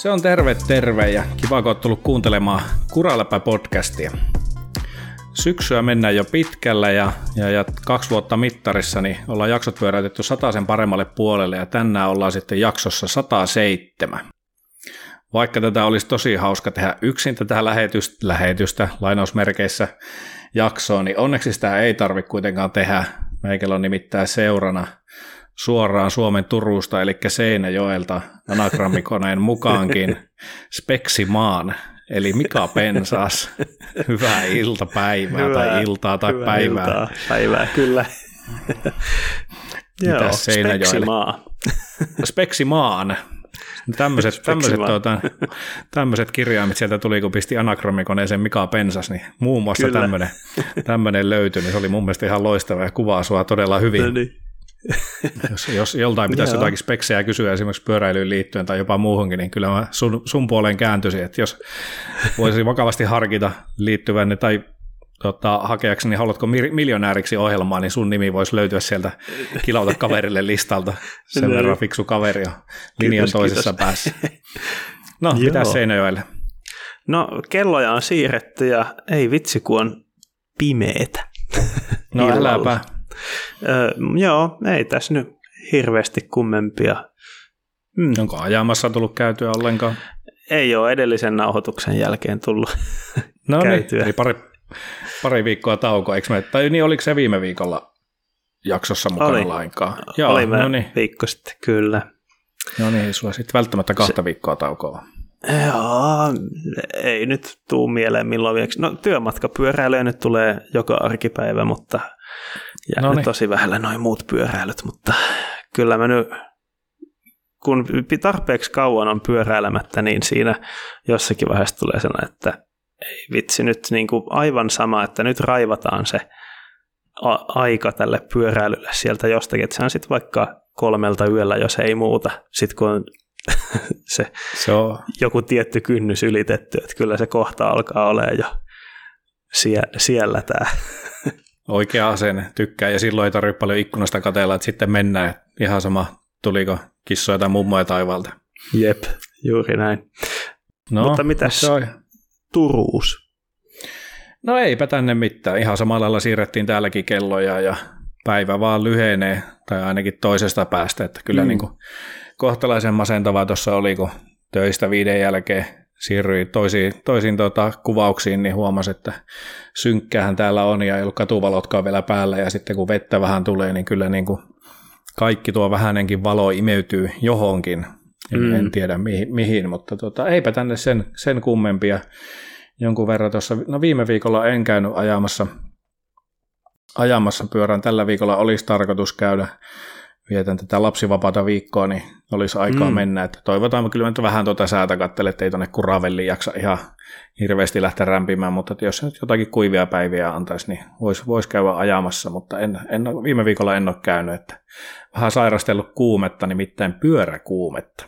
Se on terve ja kiva, kun olet tullut kuuntelemaan Kuraläppä-podcastia. Syksyä mennään jo pitkällä ja 2 vuotta mittarissa, niin ollaan jaksot pyöräytetty 100 paremmalle puolelle ja tänään ollaan sitten jaksossa 107. Vaikka tätä olisi tosi hauska tehdä yksin tätä lähetystä lainausmerkeissä jaksoa, niin onneksi sitä ei tarvitse kuitenkaan tehdä. Meikällä on nimittäin seurana suoraan Suomen Turusta, eli Seinäjoelta anagrammikoneen mukaankin Speksimaan, eli Mika Pensas. Hyvää iltapäivää tai iltaa tai hyvää päivää. Iltaa, päivää, kyllä. Joo, Speksimaa. Speksimaan. Tämmöiset kirjaimet sieltä tuli, kun pisti anagrammikoneeseen Mika Pensas, niin muun muassa tämmöinen löytyi, niin se oli mun mielestä ihan loistava ja kuvaa sua todella hyvin. No niin. Jos joltain pitäisi jotakin speksejä kysyä esimerkiksi pyöräilyyn liittyen tai jopa muuhunkin, niin kyllä mä sun puoleen kääntyisin, että jos voisi vakavasti harkita liittyvän tai hakeakseni, niin haluatko miljonääriksi ohjelmaa, niin sun nimi voisi löytyä sieltä kilauta kaverille listalta. Sen verran fiksu kaveri on linjan toisessa päässä. No, mitä Seinäjoelle? No, kelloja on siirretty ja ei vitsi, kun on pimeetä. No, äläpä. Joo, ei tässä nyt hirveästi kummempia. Onko ajamassa tullut käytyä ollenkaan? Ei ole edellisen nauhoituksen jälkeen tullut käytyä. Niin, eli pari viikkoa taukoa, eikö me? Tai niin, oliko se viime viikolla jaksossa mukana lainkaan? Joo, viikko sitten, kyllä. No niin, sulla sitten välttämättä 2 viikkoa taukoa. Joo, ei nyt tuu mieleen milloin viimeksi. No, työmatkapyöräilyä nyt tulee joka arkipäivä, mutta jäänyt tosi vähällä noin muut pyöräilyt, mutta kyllä mä nyt, kun tarpeeksi kauan on pyöräilemättä, niin siinä jossakin vaiheessa tulee sellainen, että ei vitsi nyt niin kuin aivan sama, että nyt raivataan se aika tälle pyöräilylle sieltä jostakin, että se on sitten vaikka 3 yöllä, jos ei muuta, sitten kun on se on joku tietty kynnys ylitetty, että kyllä se kohta alkaa olemaan jo siellä tämä. Oikea asenne, tykkää, ja silloin ei tarvitse paljon ikkunasta katsella, että sitten mennään, ihan sama, tuliko kissoja tai mummoja taivaalta. Jep, juuri näin. No, mutta mitäs Turuus? No eipä tänne mitään, ihan samalla lailla siirrettiin täälläkin kelloja ja päivä vaan lyhenee, tai ainakin toisesta päästä, että kyllä niin kuin kohtalaisen masentavaa tuossa oli, kun töistä 5 jälkeen siirryin toisiin kuvauksiin, niin huomasi, että synkkäähän täällä on ja ei ollut katuvalotkaan vielä päällä ja sitten kun vettä vähän tulee, niin kyllä niin kuin kaikki tuo vähänenkin valo imeytyy johonkin. En tiedä mihin, mutta eipä tänne sen kummempia. Jonkun verran tuossa, no viime viikolla en käynyt ajamassa pyörän. Tällä viikolla olisi tarkoitus käydä. Vietän tätä lapsivapaata viikkoa, niin olisi aikaa mennä. Että toivotaan kyllä, että vähän säätä katsele, että ei tuonne Kuravelliin jaksa ihan hirveästi lähteä rämpimään, mutta jos nyt jotakin kuivia päiviä antaisi, niin voisi käydä ajamassa, mutta viime viikolla en ole käynyt. Että vähän sairastellut kuumetta, nimittäin pyöräkuumetta.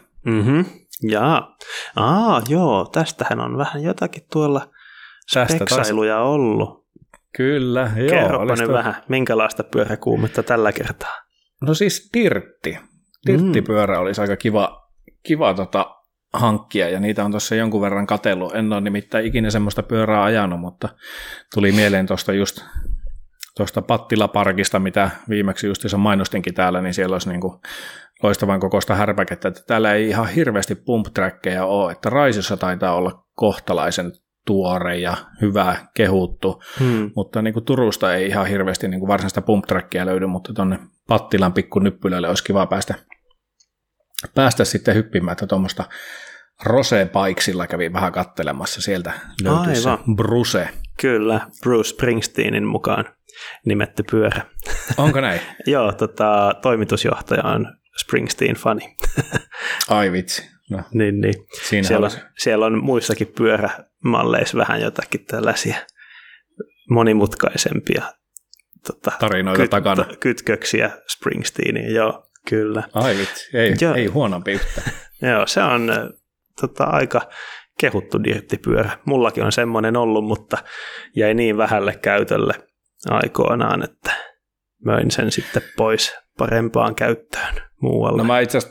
Joo, tästähän on vähän jotakin tuolla speksailuja ollut. Kyllä, joo. Kerropa nyt vähän, minkälaista pyöräkuumetta tällä kertaa? No siis dirttipyörä olisi aika kiva hankkia, ja niitä on tuossa jonkun verran katsellut. En ole nimittäin ikinä semmoista pyörää ajanut, mutta tuli mieleen tuosta Pattila-parkista, mitä viimeksi justiinsa mainostinkin täällä, niin siellä olisi niinku loistavan kokoista härpäkettä, että täällä ei ihan hirveästi pump-trackeja ole, että Raisissa taitaa olla kohtalaisen tuore ja hyvä kehuttu, mutta niin kuin Turusta ei ihan hirveästi niin kuin varsinaista pump-trackia löydy, mutta tuonne Pattilan pikkunyppylölle olisi kiva päästä sitten hyppimään, että tuommoista Rose-Bikesilla kävin vähän kattelemassa, sieltä löytyy se Bruce. Kyllä, Bruce Springsteenin mukaan nimetty pyörä. Onko näin? Joo, toimitusjohtaja on Springsteen-fani. Ai vitsi. No. Niin. Siellä on muissakin pyörämalleissa vähän jotakin tällaisia monimutkaisempia tarinoita takana. Kytköksiä Springsteeniin, joo, kyllä. Ai vitsi, ei huonompi yhtään. Joo, se on aika kehuttu dirttipyörä. Mullakin on semmoinen ollut, mutta jäi niin vähälle käytölle aikoinaan, että möin sen sitten pois parempaan käyttöön muualle. No mä itse asiassa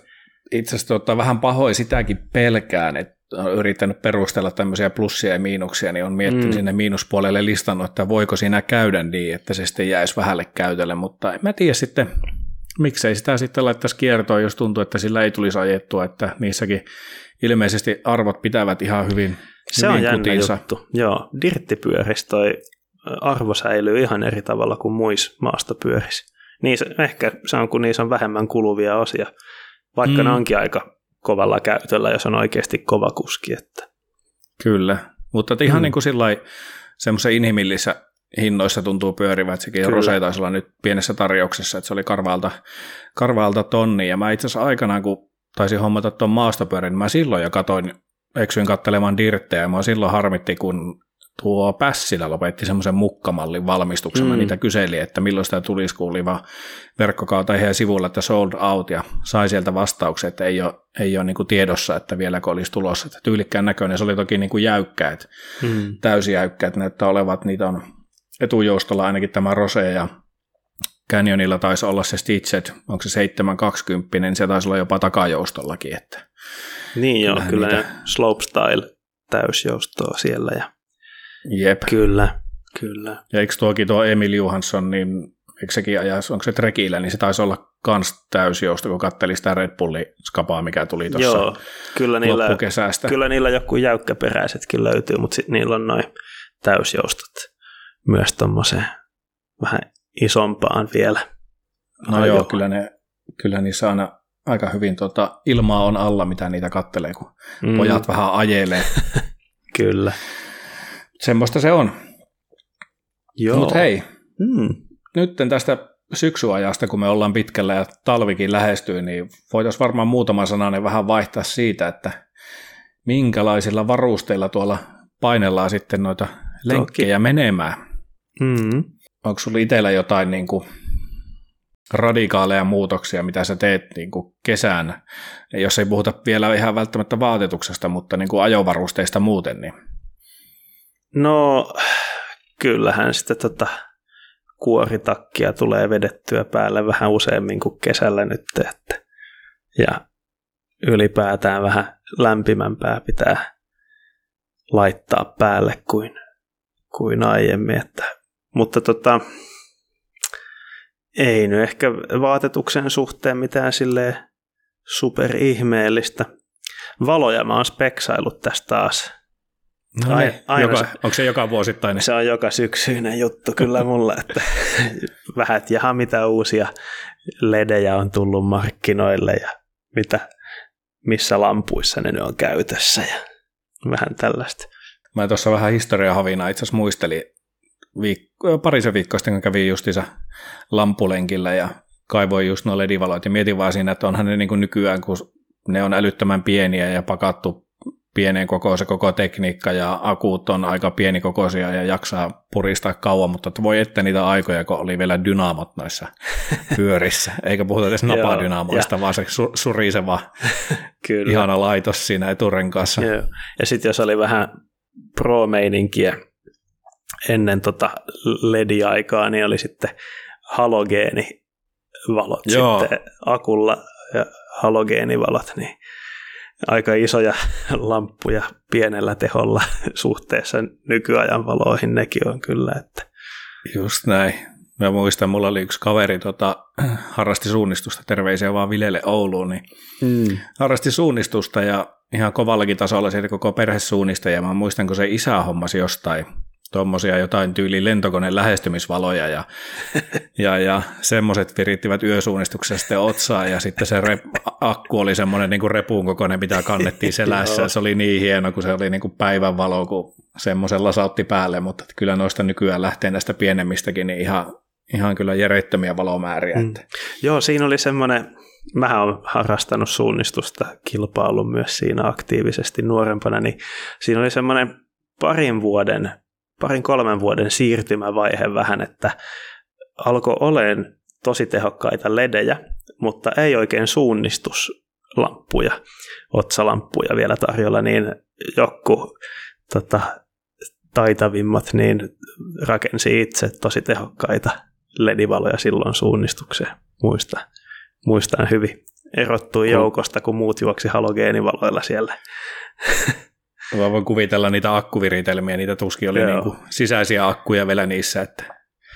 itse asiassa vähän pahoin sitäkin pelkään, että olen yrittänyt perustella tämmöisiä plussia ja miinuksia, niin on miettinyt sinne miinuspuolelle listannut, että voiko siinä käydä niin, että se sitten jäisi vähälle käytölle, mutta en mä tiedä sitten, miksei sitä sitten laittaisi kiertoon, jos tuntuu, että sillä ei tulisi ajettua, että niissäkin ilmeisesti arvot pitävät ihan hyvin. Se on jännä juttu. Joo, dirttipyörissä toi arvo säilyy ihan eri tavalla kuin muissa maastopyörissä. Ehkä se on, kun niissä on vähemmän kuluvia osia, vaikka ne onkin aika kovalla käytöllä, jos on oikeasti kova kuski. Että. Kyllä, mutta ihan niin kuin sillai semmoisen inhimillisissä hinnoissa tuntuu pyörivä, että sekin Rosé taisi olla nyt pienessä tarjouksessa, että se oli karvaalta tonni, ja mä itse asiassa aikanaan, kun taisin hommata tuon maastopyörin, niin mä silloin jo eksyin katselemaan dirttejä, ja mä silloin harmitti, kun tuo Pässilä lopetti semmoisen mukkamallin valmistuksen. Mä niitä kyselin, että milloin sitä tulisi, kun oli vaan verkkokautta heidän sivuilla, että sold out, ja sai sieltä vastauksen, että ei ole niin kuin tiedossa, että vieläkö olisi tulossa. Että tyylikkään näköinen, se oli toki niin kuin jäykkäät, täysjäykkäät näyttää olevat, niitä on etujoustolla ainakin tämä Rosé, ja Canyonilla taisi olla se Stitched, onko se 720, niin se taisi olla jopa takajoustollakin. Että niin joo, kyllä niitä slopestyle täysjoustoa siellä, ja jep. Kyllä. Ja eikö tuo Emil Johansson, niin eikö sekin ajas, onko se Trekillä, niin se taisi olla kans täysjousto, kun katteli sitä Red Bullin skapaa, mikä tuli tuossa loppukesästä. Kyllä niillä joku jäykkäperäisetkin löytyy, mutta sitten niillä on noin täysjoustot myös tommoseen vähän isompaan vielä. No joo, kyllä niissä aika hyvin ilmaa on alla, mitä niitä kattelee, kun pojat vähän ajelee. Kyllä. Semmoista se on. Mutta hei, nyt tästä syksyajasta, kun me ollaan pitkällä ja talvikin lähestyy, niin voitaisiin varmaan muutama sananen vähän vaihtaa siitä, että minkälaisilla varusteilla tuolla painellaan sitten noita lenkkejä menemään. Onko sulla itsellä jotain niin kuin radikaaleja muutoksia, mitä sä teet niin kuin kesänä, jos ei puhuta vielä ihan välttämättä vaatetuksesta, mutta niin kuin ajovarusteista muuten, niin no, kyllähän sitten kuoritakkia tulee vedettyä päälle vähän useammin kuin kesällä nyt. Ja ylipäätään vähän lämpimämpää pitää laittaa päälle kuin aiemmin. Mutta ei nyt ehkä vaatetuksen suhteen mitään silleen superihmeellistä. Valoja mä oon speksailut tästä taas. No onko se joka vuosittainen? Se on joka syksyinen juttu kyllä mulle, että vähät jaha mitä uusia ledejä on tullut markkinoille ja missä lampuissa ne on käytössä ja vähän tällaista. Mä tuossa vähän historiahavinaa itse asiassa muistelin parisen viikkoa sitten, kun kävin justiinsa lampulenkillä ja kaivoin just nuo ledivaloit ja mietin vaan siinä, että onhan ne niin kuin nykyään, kun ne on älyttömän pieniä ja pakattu pieneen kokoon se koko tekniikka ja akut on aika pienikokoisia ja jaksaa puristaa kauan, mutta voi että niitä aikoja, kun oli vielä dynaamot noissa pyörissä. Eikä puhuta edes napadynamoista, vaan se suriseva ihana laitos siinä eturenkaassa. Ja sitten jos oli vähän pro-meininkiä ennen LED-aikaa, niin oli sitten halogeenivalot sitten akulla ja halogeenivalot, niin aika isoja lamppuja pienellä teholla suhteessa nykyajan valoihin nekin on kyllä. Että. Just näin. Mä muistan, mulla oli yksi kaveri, harrasti suunnistusta, terveisiä vaan Vilelle Ouluun, niin harrasti suunnistusta ja ihan kovallakin tasolla siitä koko perhe suunnista, ja mä muistan, kun se isä hommasi jostain tuommoisia jotain tyyliin lentokoneen lähestymisvaloja ja semmoiset virittivät yösuunnistuksessa sitten otsaan ja sitten se akku oli semmoinen niin kuin repuun kokoinen, mitä kannettiin selässä. Se oli niin hieno, kun se oli niin kuin päivänvalo, kun semmoisen lasautti päälle, mutta kyllä noista nykyään lähtee näistä pienemmistäkin niin ihan kyllä järjettömiä valomääriä. Joo, siinä oli semmoinen, mähän olen harrastanut suunnistusta, kilpaillut myös siinä aktiivisesti nuorempana, niin siinä oli semmoinen 2-3 vuoden siirtymävaihe vähän, että alkoi olemaan tosi tehokkaita ledejä, mutta ei oikein suunnistuslamppuja, otsalamppuja vielä tarjolla, niin joku taitavimmat niin rakensi itse tosi tehokkaita ledivaloja silloin suunnistukseen, muistan hyvin. erottui joukosta, kun muut juoksi halogeenivaloilla siellä. Mä voin kuvitella niitä akkuviritelmiä, niitä tuskin oli niin kuin sisäisiä akkuja vielä niissä. Että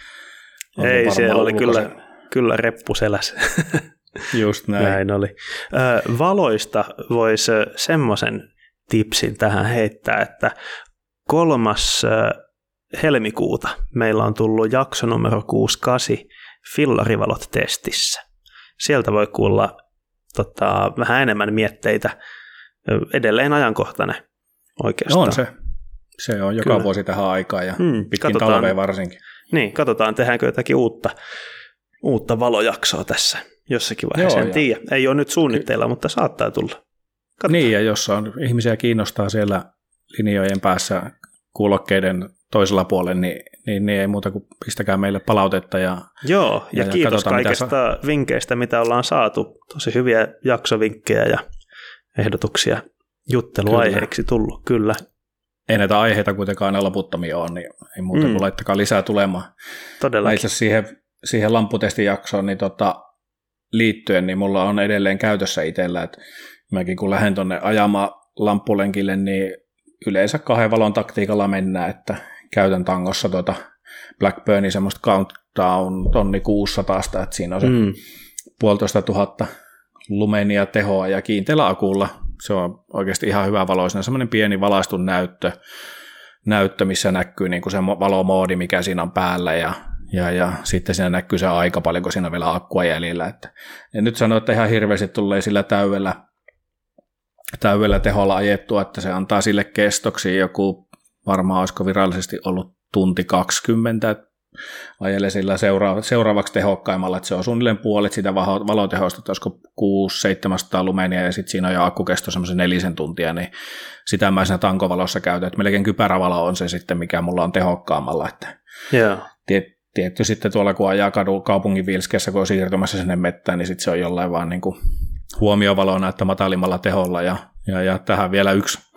ei, siellä oli kyllä reppu selässä. Just näin. Näin oli. Valoista voisi semmoisen tipsin tähän heittää, että 3. helmikuuta meillä on tullut jakso numero 68 fillarivalot testissä. Sieltä voi kuulla vähän enemmän mietteitä. Edelleen ajankohtainen oikeastaan. On se. Se on joka vuosi tähän aikaan ja pitkin talvea varsinkin. Niin, katsotaan tehdäänkö jotakin uutta valojaksoa tässä jossakin vaiheessa. En tiedä. Ei ole nyt suunnitteilla, mutta saattaa tulla. Katsotaan. Niin, ja jos on ihmisiä kiinnostaa siellä linjojen päässä kuulokkeiden toisella puolella, niin ei muuta kuin pistäkää meille palautetta. Ja kiitos kaikista vinkkeistä, mitä ollaan saatu. Tosi hyviä jaksovinkkejä ja ehdotuksia jutteluaiheeksi tullut, kyllä. Ei näitä aiheita kuitenkaan aina loputtomia ole, niin ei muuta kuin laittakaa lisää tulemaan. Todellakin. Itse siihen lampputestijaksoon niin liittyen, niin mulla on edelleen käytössä itsellä, että mäkin kun lähden tuonne ajamaan lamppulenkille, niin yleensä 2 valon taktiikalla mennään, että käytän tangossa Blackburnin semmoista countdown 1600, että siinä on se 1500 lumenia tehoa ja kiinteällä akulla. Se on oikeasti ihan hyvä valo. Siinä on semmoinen pieni valaistun näyttö, missä näkyy niin kuin se valomoodi, mikä siinä on päällä ja sitten siinä näkyy se aika paljon, kun siinä on vielä akkua jäljellä. Että en nyt sano, että ihan hirveästi tulee sillä täydellä teholla ajettua, että se antaa sille kestoksi joku, varmaan olisiko virallisesti ollut tunti 20, että ajelee sillä seuraavaksi tehokkaimmalla, että se on suunnilleen puolet sitä valotehosta, että olisiko 600-700 lumenia ja sitten siinä on jo akkukesto semmoisen 4 tuntia, niin sitä mä siinä tankovalossa käytän, että melkein kypärävalo on se sitten, mikä mulla on tehokkaammalla, että tietty sitten tuolla, kun ajaa kaupungin vilskeessä, kun on siirtymässä sinne mettään, niin sitten se on jollain vaan niin kuin huomiovalona, että matalimmalla teholla ja tähän vielä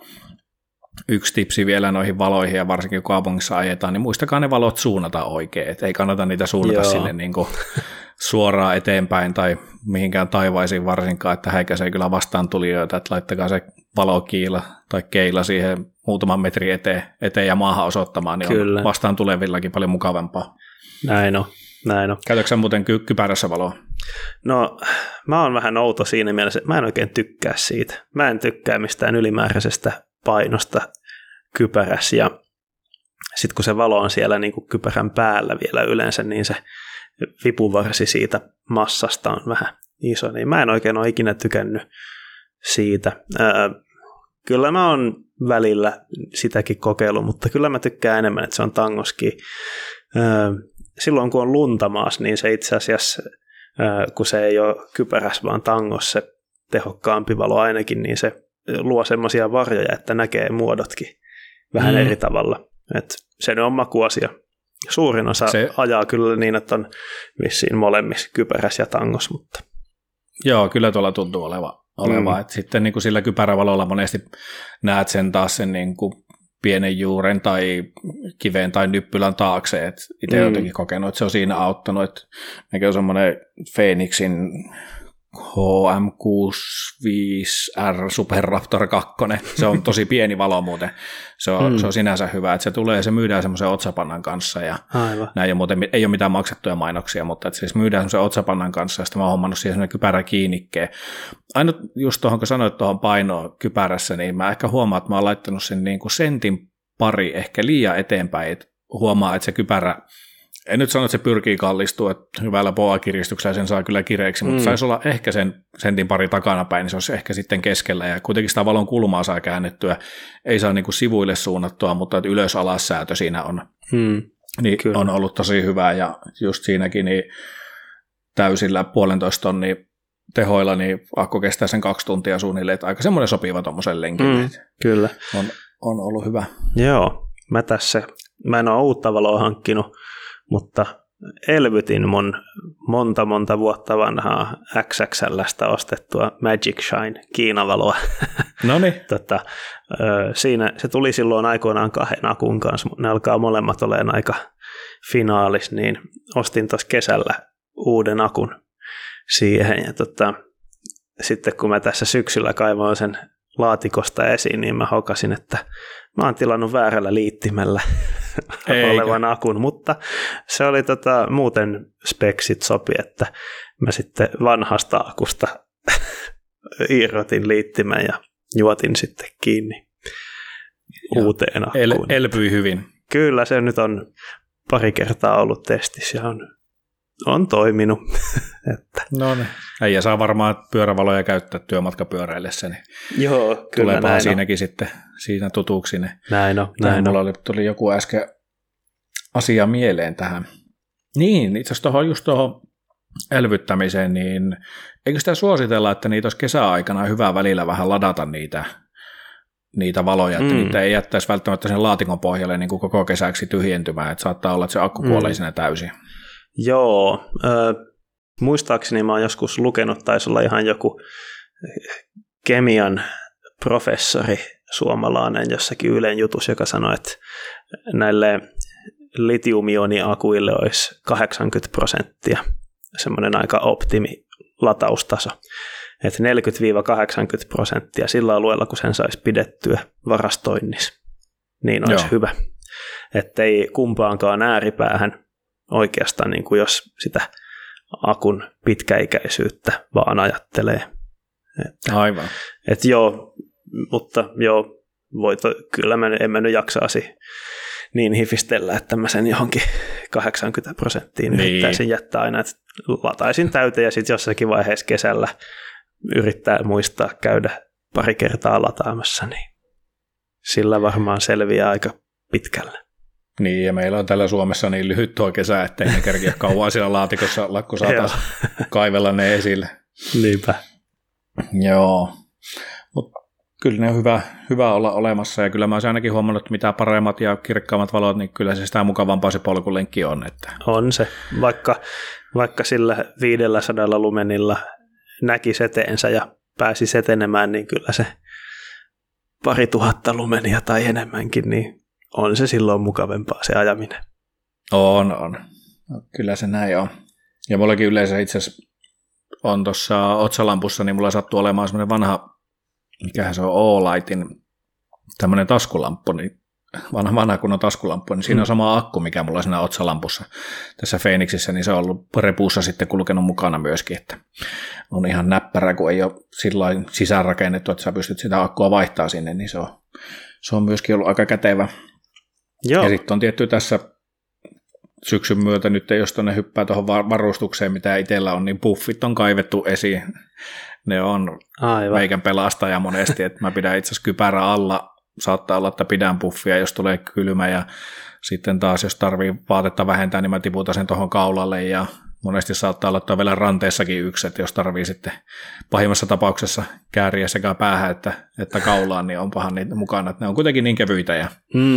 yksi tipsi vielä noihin valoihin ja varsinkin kun kaupungissa ajetaan, niin muistakaa ne valot suunnata oikein, että ei kannata niitä suunnata sinne niin kuin suoraan eteenpäin tai mihinkään taivaisiin varsinkaan, että häikäisee kyllä vastaan tulijoita, että laittakaa se valokiila tai keila siihen muutaman metrin eteen ja maahan osoittamaan, niin kyllä. On vastaan tulevillakin paljon mukavampaa. Näin on. Käytätkö sä muuten kypärässä valoa? No, mä oon vähän outo siinä mielessä, että mä en oikein tykkää siitä. Mä en tykkää mistään ylimääräisestä painosta kypärässä ja sitten kun se valo on siellä niin kuin kypärän päällä vielä yleensä, niin se vipuvarsi siitä massasta on vähän iso, niin mä en oikein ole ikinä tykännyt siitä. Kyllä mä oon välillä sitäkin kokeillut, mutta kyllä mä tykkään enemmän, että se on tangoski. Silloin kun on lunta maassa, niin se itse asiassa, kun se ei ole kypärässä vaan tangossa se tehokkaampi valo ainakin, niin se luo semmoisia varjoja, että näkee muodotkin vähän eri tavalla. Et se on makuasia. Suurin osa ajaa kyllä niin, että on vissiin molemmissa kypärässä ja tangossa. Mutta. Joo, kyllä tuolla tuntuu oleva. Että sitten niin kuin sillä kypärävalolla monesti näet sen taas sen niin kuin pienen juuren tai kiveen tai nyppylän taakse. Itse olen jotenkin kokenut, että se on siinä auttanut. Että mekin on semmoinen Phoenixin HM65R Super Raptor 2. Se on tosi pieni valo muuten. Se on sinänsä hyvä, että se tulee ja se myydään semmoisen otsapannan kanssa. Ja näin ei ole mitään maksettuja mainoksia, mutta että siis myydään semmoisen otsapannan kanssa ja sitten mä oon hommannut siihen semmoinen kypäräkiinnikkeen. Ainut just tuohon, kun sanoit tuohon painoon kypärässä, niin mä ehkä huomaan, että mä oon laittanut sen niin kuin sentin pari ehkä liian eteenpäin, että huomaa, että se kypärä, en nyt sano, että se pyrkii kallistua, että hyvällä boa-kiristyksellä sen saa kyllä kireeksi, mutta saisi olla ehkä sen sentin pari takana päin, niin se olisi ehkä sitten keskellä, ja kuitenkin sitä valon kulmaa saa käännettyä, ei saa niin kuin sivuille suunnattua, mutta että ylös-alas säätö siinä on, niin on ollut tosi hyvä, ja just siinäkin niin täysillä 1,5 tonnia tehoilla, niin akku kestää sen 2 tuntia suunnilleen, että aika semmoinen sopiva tuommoisen lenkille. Kyllä. On ollut hyvä. Joo, mä en ole uutta valoa hankkinut, mutta elvytin mun monta vuotta vanhaa XXL:stä ostettua Magic Shine Kiinavaloa. Noniin. Siinä se tuli silloin aikoinaan 2 akun kanssa, ne alkaa molemmat olemaan aika finaalis, niin ostin tuossa kesällä uuden akun siihen ja sitten kun mä tässä syksyllä kaivoin sen laatikosta esiin, niin mä hokasin, että mä oon tilannut väärällä liittimellä olevan akun, mutta se oli muuten speksit sopi, että mä sitten vanhasta akusta irrotin liittimen ja juotin sitten kiinni uuteen akkuun. Elpyi hyvin. Kyllä, se nyt on pari kertaa ollut testissä ja on toiminut. No niin. Äijä saa varmaan pyörävaloja käyttää työmatkapyöräillessä, niin joo, kyllä tuleepahan siinäkin sitten siinä tutuksi. Näin on. Mulla tuli joku äsken asia mieleen tähän. Niin, itse asiassa tuohon elvyttämiseen, niin eikö sitä suositella, että niitä olisi kesäaikana hyvä välillä vähän ladata niitä valoja, että niitä ei jättäisi välttämättä sen laatikon pohjalle niin kuin koko kesäksi tyhjentymään, että saattaa olla, että se akku kuolee siinä täysin. Joo, muistaakseni mä oon joskus lukenut, taisi olla ihan joku kemian professori suomalainen jossakin Ylen jutussa, joka sanoi, että näille litium-ioniakuille olisi 80% semmoinen aika optimi lataustaso. Että 40-80% sillä alueella, kun sen saisi pidettyä varastoinnissa, niin olisi hyvä. Että ei kumpaankaan ääripäähän oikeastaan, niin kuin jos sitä akun pitkäikäisyyttä vaan ajattelee. Aivan. Että joo, mutta joo, kyllä en mä nyt jaksaisi niin hifistellä, että mä sen johonkin 80% yrittäisin jättää aina, että lataisin täyteen ja sitten jossakin vaiheessa kesällä yrittää muistaa käydä pari kertaa lataamassa, niin sillä varmaan selviää aika pitkälle. Niin, ja meillä on täällä Suomessa niin lyhyt tuo kesä, ettei ne kerkiä kauan siellä laatikossa, kun saataisiin kaivella ne esille. Niinpä. Joo, mutta kyllä ne on hyvä olla olemassa, ja kyllä mä olisin ainakin huomannut, että mitä paremmat ja kirkkaammat valot, niin kyllä se sitä mukavampaa se polkulenkki on. Että. On se, vaikka sillä 500 lumenilla näki seteensä ja pääsi setenemään, niin kyllä se 2000 lumenia tai enemmänkin, niin on se silloin mukavempaa se ajaminen. On. Kyllä se näin on. Ja mullakin yleensä itse asiassa on tuossa otsalampussa, niin mulla sattuu olemaan semmoinen vanha, mikähän se on, Olightin tämmöinen taskulamppu, niin vanha kunnon taskulamppu, niin siinä on sama akku, mikä mulla on siinä otsalampussa tässä Phoenixissä, niin se on ollut repuussa sitten kulkenut mukana myöskin, että on ihan näppärä, kun ei ole sillain sisäänrakennettu, että sä pystyt sitä akkua vaihtaa sinne, niin se on myöskin ollut aika kätevä. Joo. Ja sitten on tietty tässä syksyn myötä nyt, jos tuonne hyppää tuohon varustukseen, mitä itsellä on, niin puffit on kaivettu esiin. Ne on meikän pelastaja monesti, että mä pidän itse asiassa kypärä alla. Saattaa olla, että pidän puffia, jos tulee kylmä, ja sitten taas, jos tarvii vaatetta vähentää, niin mä tiputan sen tuohon kaulalle, ja monesti saattaa olla, että on vielä ranteessakin yksi, että jos tarvii sitten pahimmassa tapauksessa kääriä sekä päähän että kaulaan, niin onpahan niitä mukana, että ne on kuitenkin niin kevyitä, ja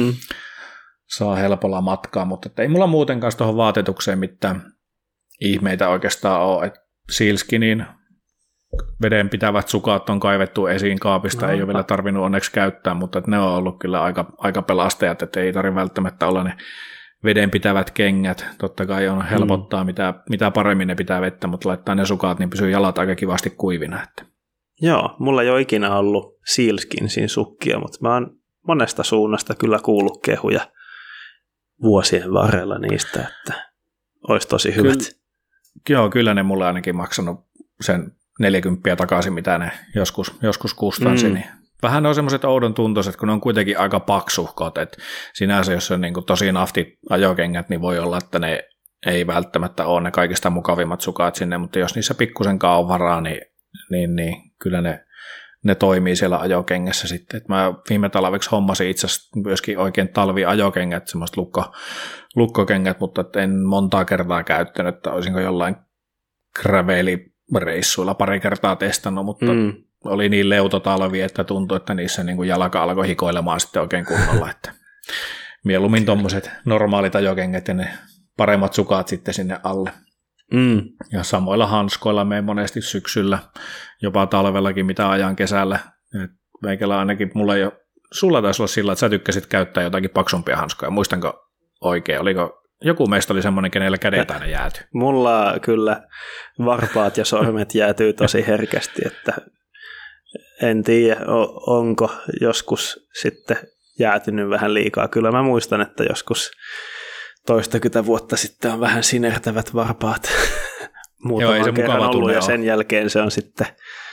saa helpolla matkaa, mutta ei mulla muutenkaan tuohon vaatetukseen mitään ihmeitä oikeastaan ole, että Sealskinin vedenpitävät sukat on kaivettu esiin kaapista, ei ole vielä tarvinnut onneksi käyttää, mutta ne on ollut kyllä aika pelastajat, että ei tarvitse välttämättä olla ne vedenpitävät kengät. Totta kai on helpottaa, mitä paremmin ne pitää vettä, mutta laittaa ne sukat, niin pysyy jalat aika kivasti kuivina. Että. Joo, mulla ei ole ikinä ollut Sealskinsin sukkia, mutta mä oon monesta suunnasta kyllä kuullut kehuja vuosien varrella niistä, että olisi tosi hyvät. Joo, kyllä ne mulle ainakin maksanut sen 40 takaisin, mitä ne joskus kustansi. Niin vähän ne on semmoiset oudon tuntoiset, kun ne on kuitenkin aika paksuhkot, että sinänsä jos on niin kuin tosi naftit ajokengät, niin voi olla, että ne ei välttämättä ole ne kaikista mukavimmat sukat sinne, mutta jos niissä pikkusenkaan on varaa, niin kyllä ne toimii siellä ajokengässä sitten. Et mä viime talveksi hommasin itse asiassa myöskin oikein talviajokengät, semmoiset lukkokengät, mutta en montaa kertaa käyttänyt, että olisinko jollain gravelireissuilla pari kertaa testannut, mutta oli niin leutotalvi, että tuntui, että niissä niin kuin jalka alkoi hikoilemaan sitten oikein kunnolla. Että mieluummin tuommoiset normaalit ajokengät ja ne paremmat sukat sitten sinne alle. Ja samoilla hanskoilla menen monesti syksyllä, jopa talvellakin, mitä ajan kesällä. Meikällä ainakin, sulla taisi olla sillä, että sä tykkäsit käyttää jotakin paksumpia hanskoja. Muistanko oikein? Oliko joku meistä oli semmoinen, kenellä kädet aina jääty. Mulla kyllä varpaat ja sormet jäätyy tosi herkästi, että en tiedä, onko joskus sitten jäätynyt vähän liikaa. Kyllä mä muistan, että joskus 20 vuotta sitten on vähän sinertävät varpaat muutaman kerran ollut, ja sen jälkeen se on sitten,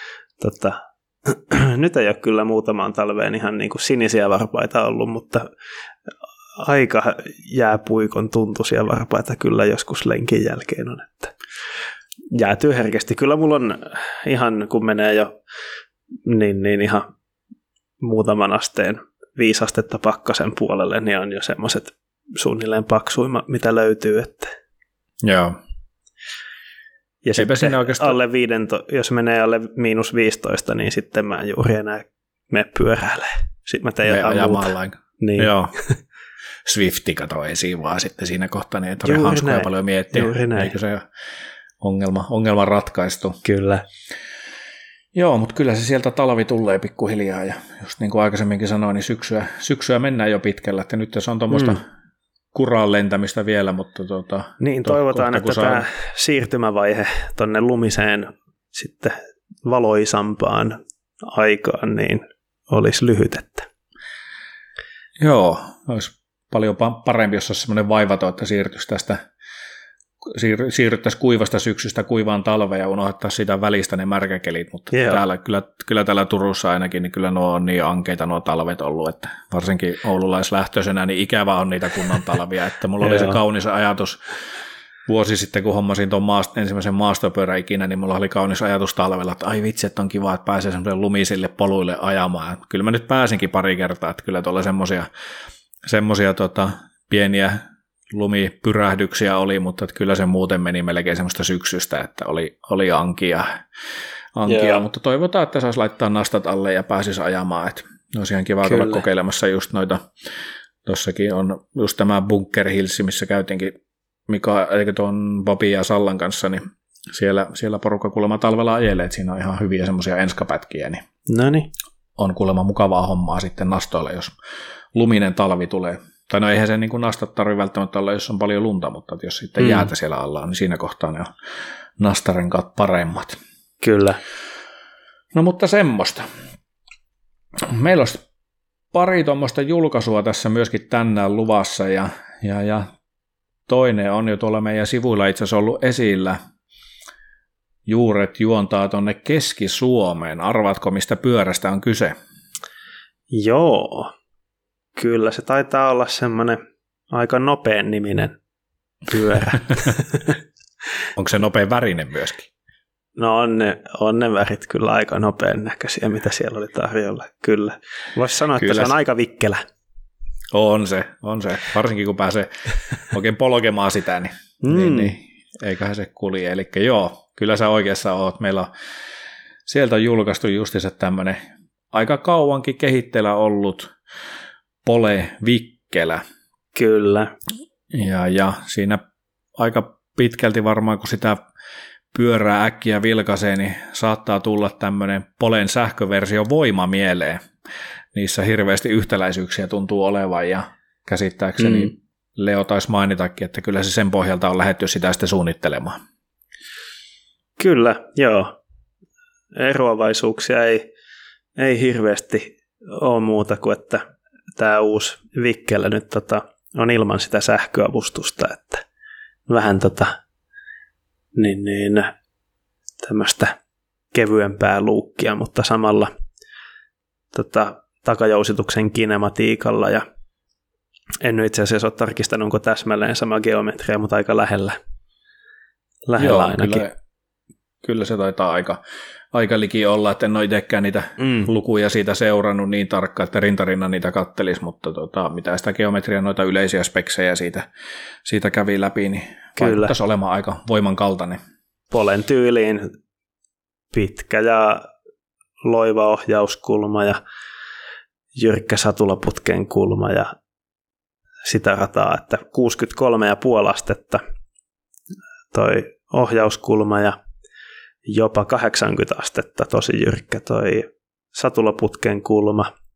nyt ei ole kyllä muutamaan talveen ihan niin kuin sinisiä varpaita ollut, mutta aika jääpuikon tuntuisia varpaita kyllä joskus lenkin jälkeen on, että jäätyy herkästi. Kyllä mulla on ihan, kun menee jo niin ihan muutaman asteen 5 astetta pakkasen puolelle, niin on jo semmoiset suunnilleen paksuimmat, mitä löytyy. Että. Joo. Ja sitten alle 5, jos menee alle -15, niin sitten mä en juuri enää mene pyöräilemään. Sitten mä teen jotain muuta. Niin. Joo. Swifti kato esiin vaan sitten siinä kohtaa, niin ei tarvitse hanskoja paljon miettiä. Eikö se ongelma ratkaistu? Kyllä. Joo, mutta kyllä se sieltä talvi tulee pikkuhiljaa, ja just niin kuin aikaisemminkin sanoin, niin syksyä mennään jo pitkällä, että nyt se on tuommoista kuraan lentämistä vielä, mutta niin, toivotaan, että tämä siirtymävaihe tuonne lumiseen sitten valoisampaan aikaan, niin olisi lyhytettä. Joo, olisi paljon parempi, jos olisi semmoinen vaivaton, että siirryttäisiin kuivasta syksystä kuivaan talveen ja unohdettaisiin sitä välistä ne märkäkelit, mutta täällä, kyllä täällä Turussa ainakin, niin kyllä nuo on niin ankeita nuo talvet ollut, että varsinkin oululaislähtöisenä, niin ikävä on niitä kunnon talvia, että mulla oli se kaunis ajatus vuosi sitten, kun hommasin tuon ensimmäisen maastopyörän ikinä, niin mulla oli kaunis ajatus talvella, että ai vitsi, että on kiva, että pääsee semmoiselle lumisille poluille ajamaan. Kyllä mä nyt pääsinkin pari kertaa, että kyllä tuolla semmoisia pieniä lumipyrähdyksiä oli, mutta kyllä se muuten meni melkein semmoista syksystä, että oli ankia, mutta toivotaan, että saisi laittaa nastat alle ja pääsisi ajamaan, että olisi ihan kiva olla kokeilemassa just noita, tossakin on just tämä Bunker Hills, missä käytiinkin tuon Bobin ja Sallan kanssa, niin siellä porukka kuulemma talvella ajelee, että siinä on ihan hyviä semmoisia enskapätkiä, niin on kuulemma mukavaa hommaa sitten nastoilla, jos luminen talvi tulee. Tai no eihän se niin kuin nastat tarvitse välttämättä olla, jos on paljon lunta, mutta jos sitten jäätä siellä alla on, niin siinä kohtaa ne on nastarenkaat paremmat. Kyllä. No mutta semmoista. Meillä olisi pari tuommoista julkaisua tässä myöskin tänään luvassa, ja toinen on jo tuolla meidän sivuilla itse asiassa ollut esillä. Juuret juontaa tuonne Keski-Suomeen. Arvaatko, mistä pyörästä on kyse? Joo. Kyllä, se taitaa olla semmoinen aika nopean niminen pyörä. Onko se nopean värinen myöskin? No on ne värit kyllä aika nopean näköisiä, mitä siellä oli tarjolla. Kyllä. Voisi sanoa, että se on aika vikkelä. On se. Varsinkin kun pääsee oikein polkemaan sitä, niin eiköhän se kulje. Eli joo, kyllä sä oikeassa oot. Meillä on sieltä on julkaistu justiinsa tämmöinen aika kauankin kehitteillä ollut Pole Vikkelä. Kyllä. Ja siinä aika pitkälti varmaan, kun sitä pyörää äkkiä vilkaisee, niin saattaa tulla tämmöinen Polen sähköversio voima mieleen. Niissä hirveästi yhtäläisyyksiä tuntuu olevan, ja käsittääkseni Leo taisi mainitakin, että kyllä se sen pohjalta on lähdetty sitä sitten suunnittelemaan. Kyllä, joo. Eroavaisuuksia ei hirveästi ole muuta kuin, että tämä uusi Vikkelä nyt on ilman sitä sähköavustusta, että vähän tämmöistä kevyempää luukkia, mutta samalla takajousituksen kinematiikalla, ja en nyt itse asiassa ole tarkistanut, onko täsmälleen sama geometria, mutta aika lähellä joo, ainakin. Kyllä se taitaa aika liki olla, että en ole itsekään niitä lukuja siitä seurannut niin tarkkaan, että rintarinnan niitä kattelisi, mutta mitä sitä geometria, noita yleisiä speksejä siitä kävi läpi, niin vaikuttaisi olemaan aika voimankaltainen. Polen tyyliin pitkä ja loiva ohjauskulma ja jyrkkä satulaputken kulma ja sitä rataa, että 63,5 astetta toi ohjauskulma ja jopa 80 astetta tosi jyrkkä toi satulaputken kulma.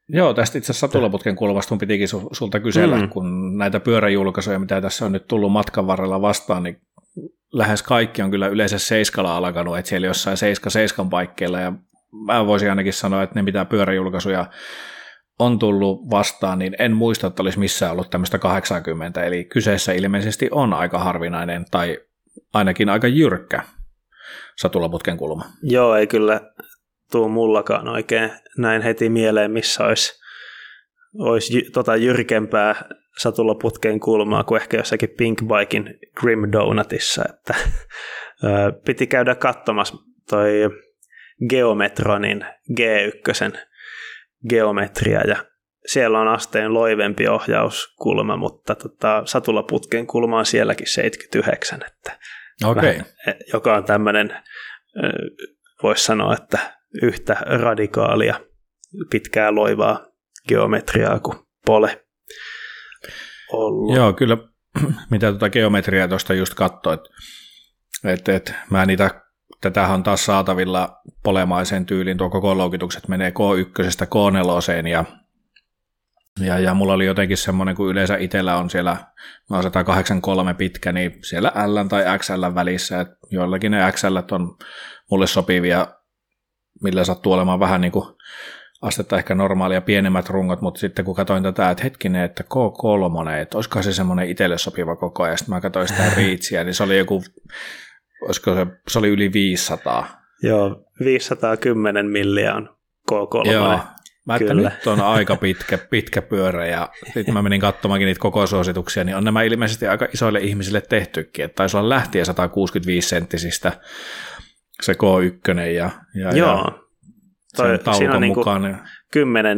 Joo, tästä itse asiassa satulaputken kulmasta mun pitikin sulta kysellä, kun näitä pyöräjulkaisuja, mitä tässä on nyt tullut matkan varrella vastaan, niin lähes kaikki on kyllä yleensä seiskalla alkanut, että siellä jossain 7 paikkeilla, ja mä voisin ainakin sanoa, että ne mitä pyöräjulkaisuja on tullut vastaan, niin en muista, että olisi missään ollut tämmöistä 80, eli kyseessä ilmeisesti on aika harvinainen, tai ainakin aika jyrkkä satulaputken kulma. Joo, ei kyllä tuu mullakaan oikein näin heti mieleen, missä olisi jyrkempää satulaputken kulmaa kuin ehkä jossakin Pinkbiken Grim Donutissa, että piti käydä katsomassa toi Geometronin G1 geometria, ja siellä on asteen loivempi ohjauskulma, mutta satulaputken kulma on sielläkin 79, että joka on tämmöinen, voisi sanoa, että yhtä radikaalia pitkää loivaa geometriaa kuin pole ollut. Joo, kyllä mitä geometriaa tuosta just katsoin, että mä tätähän on taas saatavilla polemaisen tyylin, tuo koko loukitukset menee K1 K4 ja mulla oli jotenkin semmoinen, kun yleensä itsellä on siellä 183 pitkä, niin siellä L tai XL välissä, että joillakin ne XL on mulle sopivia, millä sattuu olemaan vähän niin kuin astetta ehkä normaalia pienemmät rungot, mutta sitten kun katsoin tätä, että hetkinen, että K3, että olisikohan se semmoinen itselle sopiva koko, ja sitten mä katsoin sitä Reachia, niin se oli joku, olisiko se oli yli 500. Joo, 510 milliä on K3. Joo, mä että nyt on aika pitkä pyörä, ja sitten mä menin katsomaankin niitä koko suosituksia, niin on nämä ilmeisesti aika isoille ihmisille tehtykin, että taisi olla lähtien 165 senttisistä se K1, ja sen taulukon niin mukaan. 10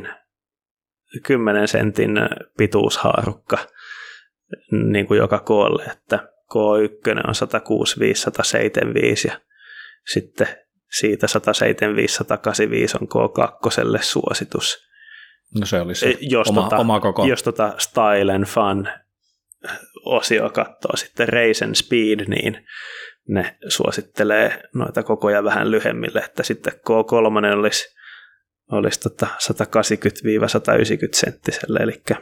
sentin pituushaarukka niin kuin joka koolle, että K1 on 165, 175 ja sitten siitä 175, 185 on K2 suositus. No se oli se oma koko. Jos Style and Fun -osio katsoo sitten Race and Speed, niin ne suosittelee noita kokoja vähän lyhemmille, että sitten K3 olisi 180-190 senttiselle,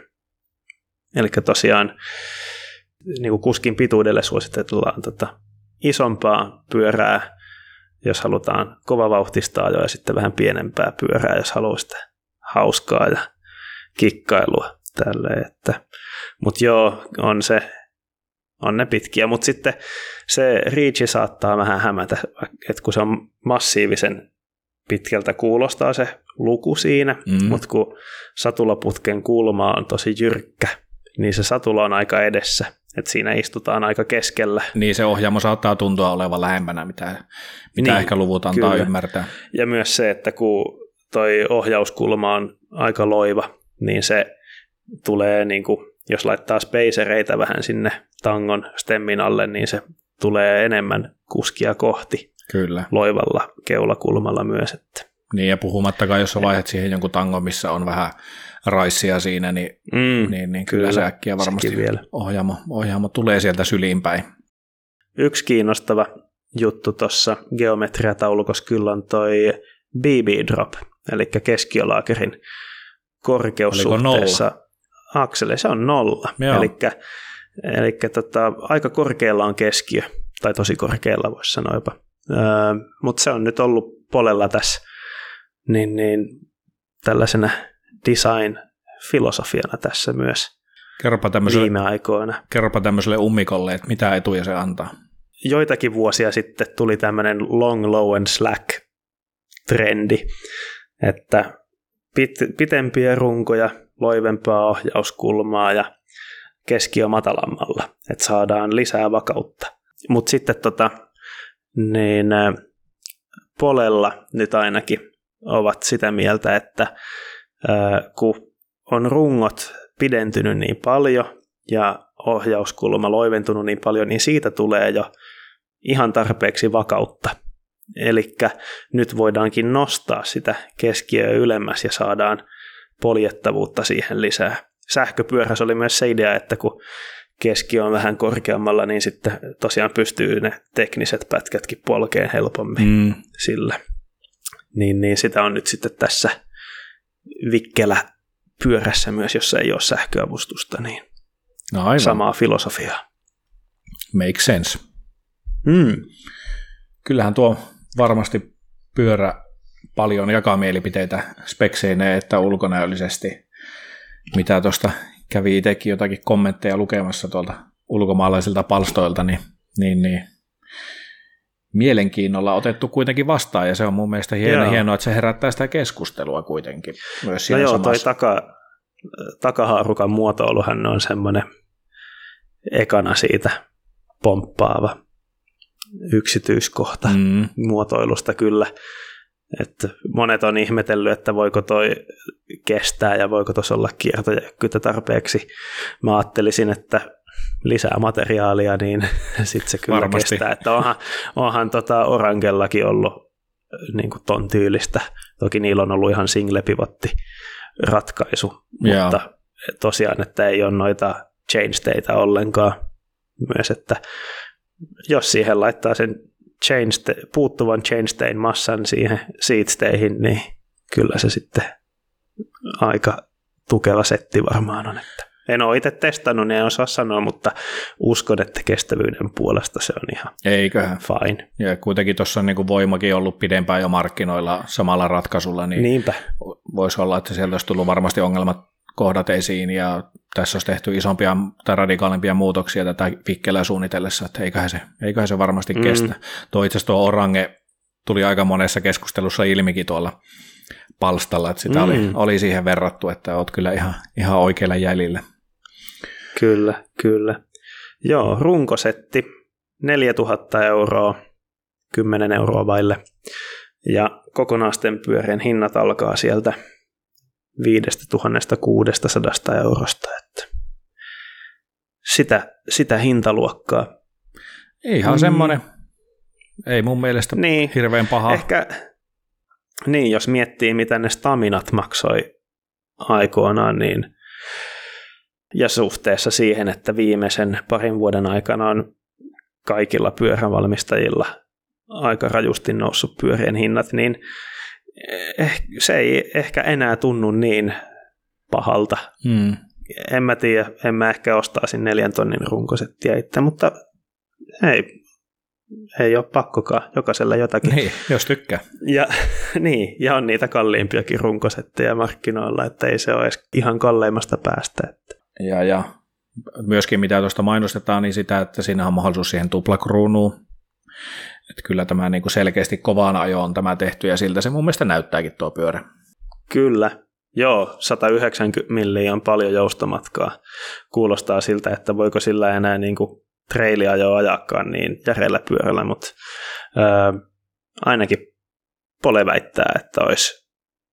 eli tosiaan niin kuin kuskin pituudelle suositellaan isompaa pyörää, jos halutaan kovavauhtista ajoa, ja sitten vähän pienempää pyörää, jos haluaa sitä hauskaa ja kikkailua tälleen, mutta joo, on ne pitkiä, mutta sitten se Reach saattaa vähän hämätä, että kun se on massiivisen pitkältä kuulostaa se luku siinä, mutta kun satulaputken kulma on tosi jyrkkä, niin se satula on aika edessä, että siinä istutaan aika keskellä. Niin se ohjaamo saattaa tuntua olevan lähempänä, mitä niin, ehkä luvut antaa kyllä ymmärtää. Ja myös se, että kun toi ohjauskulma on aika loiva, niin se tulee niin kuin, jos laittaa spacereita vähän sinne tangon stemmin alle, niin se tulee enemmän kuskia kohti. Kyllä. Loivalla keulakulmalla myös. Että. Niin, ja puhumattakaan, jos vaihdat siihen jonkun tangon, missä on vähän raissia siinä, niin kyllä se äkkiä varmasti ohjaamo tulee sieltä syliin päin. Yksi kiinnostava juttu tuossa geometriataulukossa kyllä on toi BB drop, eli keskiolaakerin korkeus suhteessa akseli, se on 0. Eli aika korkealla on keskiö, tai tosi korkealla voisi sanoa jopa. Mutta se on nyt ollut polella tässä niin tällaisena design-filosofiana tässä myös viime aikoina. Kerropa tämmöiselle ummikolle, että mitä etuja se antaa. Joitakin vuosia sitten tuli tämmöinen long, low and slack trendi, että pitempiä runkoja, loivempaa ohjauskulmaa ja keskiö matalammalla, että saadaan lisää vakautta. Mutta sitten polella nyt ainakin ovat sitä mieltä, että kun on rungot pidentynyt niin paljon ja ohjauskulma loiventunut niin paljon, niin siitä tulee jo ihan tarpeeksi vakautta. Eli nyt voidaankin nostaa sitä keskiöä ylemmäs ja saadaan poljettavuutta siihen lisää. Sähköpyörässä oli myös se idea, että kun keskiö on vähän korkeammalla, niin sitten tosiaan pystyy ne tekniset pätkätkin polkeen helpommin sillä. Niin sitä on nyt sitten tässä vikkelä pyörässä myös, jossa ei ole sähköavustusta, niin no samaa filosofiaa. Make sense. Kyllähän tuo varmasti pyörä paljon jakaa mielipiteitä spekseineen että ulkonäöllisesti. Mitä tuosta kävi itsekin jotakin kommentteja lukemassa tuolta ulkomaalaisilta palstoilta, niin mielenkiinnolla otettu kuitenkin vastaan, ja se on mun mielestä hienoa, että se herättää sitä keskustelua kuitenkin. Myös no joo, toi takahaarukan muotoiluhan on semmoinen ekana siitä pomppaava yksityiskohta muotoilusta kyllä. Että monet on ihmetellyt, että voiko toi kestää ja voiko tuossa olla kiertojäykkyitä tarpeeksi. Mä ajattelisin, että lisää materiaalia, niin sitten se kyllä varmasti kestää. Että onhan Orangellakin ollut niin kuin ton tyylistä. Toki niillä on ollut ihan single-pivotti ratkaisu, mutta tosiaan, että ei ole noita chainstayta ollenkaan. Myös, että jos siihen laittaa sen puuttuvan chainstayn massan siihen seatstayhin, niin kyllä se sitten aika tukeva setti varmaan on. Että en ole itse testannut, niin en osaa sanoa, mutta uskon, että kestävyyden puolesta se on ihan eiköhän fine. Ja kuitenkin tuossa on niin voimakin ollut pidempään jo markkinoilla samalla ratkaisulla, niin niinpä voisi olla, että sieltä olisi tullut varmasti ongelmakohdat esiin, ja tässä olisi tehty isompia tai radikaalimpia muutoksia tätä vikkelää suunnitellessa, että eiköhän se varmasti kestä. Itse asiassa tuo Orange tuli aika monessa keskustelussa ilmikin tuolla palstalla, että sitä oli siihen verrattu, että olet kyllä ihan oikealla jäljellä. Kyllä. Joo, runkosetti 4 000 euroa, 10 euroa vaille, ja kokonaisten pyörien hinnat alkaa sieltä 5 600 eurosta, että sitä hintaluokkaa. Ihan semmoinen, ei mun mielestä hirveän paha. Ehkä, niin, jos miettii, mitä ne staminat maksoi aikoinaan, niin, ja suhteessa siihen, että viimeisen parin vuoden aikana on kaikilla pyörävalmistajilla aika rajusti noussut pyörien hinnat, niin se ei ehkä enää tunnu niin pahalta. En mä tiedä, en mä ehkä ostaisin 4 tonnin runkosettia itse, mutta ei ole pakkokaan, jokaisella jotakin. Niin, jos tykkää. Ja on niitä kalliimpiakin runkosetteja markkinoilla, että ei se ole edes ihan kalleimmasta päästä. Ja myöskin mitä tuosta mainostetaan, niin sitä, että siinä on mahdollisuus siihen tuplakruunuun. Että kyllä tämä niin kuin selkeästi kovaan ajoon on tämä tehty, ja siltä se mun mielestä näyttääkin tuo pyörä. Kyllä, joo, 190 milliä on paljon joustomatkaa. Kuulostaa siltä, että voiko sillä enää niin kuin trailiajoa ajakaan niin järeällä pyörällä, mutta ainakin Pole väittää, että olisi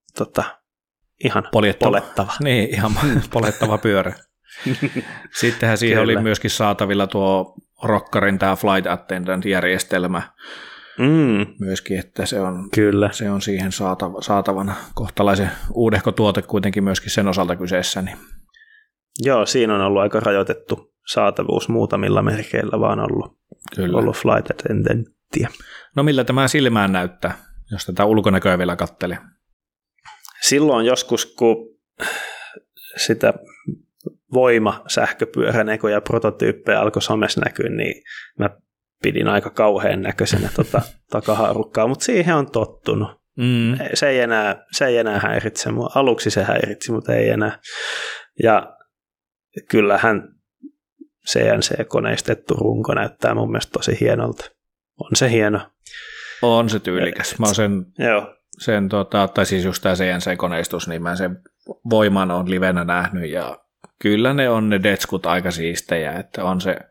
ihan polettava. Niin, ihan polettava pyörä. Sittenhän siihen oli myöskin saatavilla tuo Rockarin tämä Flight Attendant-järjestelmä. Myöskin, että se on siihen saatavana. Kohtalaisen uudehko tuote kuitenkin myöskin sen osalta kyseessä. Niin. Joo, siinä on ollut aika rajoitettu saatavuus muutamilla merkeillä, vaan ollut Flight Attendantia. No millä tämä silmään näyttää, jos tätä ulkonäköä vielä kattelee? Silloin joskus, kun sitä sähköpyörän ekoja prototyyppejä alkoi somessa näkyä, niin mä pidin aika kauhean näköisenä takahaarukkaa, mutta siihen on tottunut. Se ei enää häiritse mua. Aluksi se häiritsi, mutta ei enää. Ja kyllähän CNC-koneistettu runko näyttää mun mielestä tosi hienolta. On se hieno. On se tyylikäs. Mä oon tai siis just tämä CNC-koneistus, niin mä sen voiman on livenä nähnyt, ja kyllä ne on ne detskut aika siistejä, että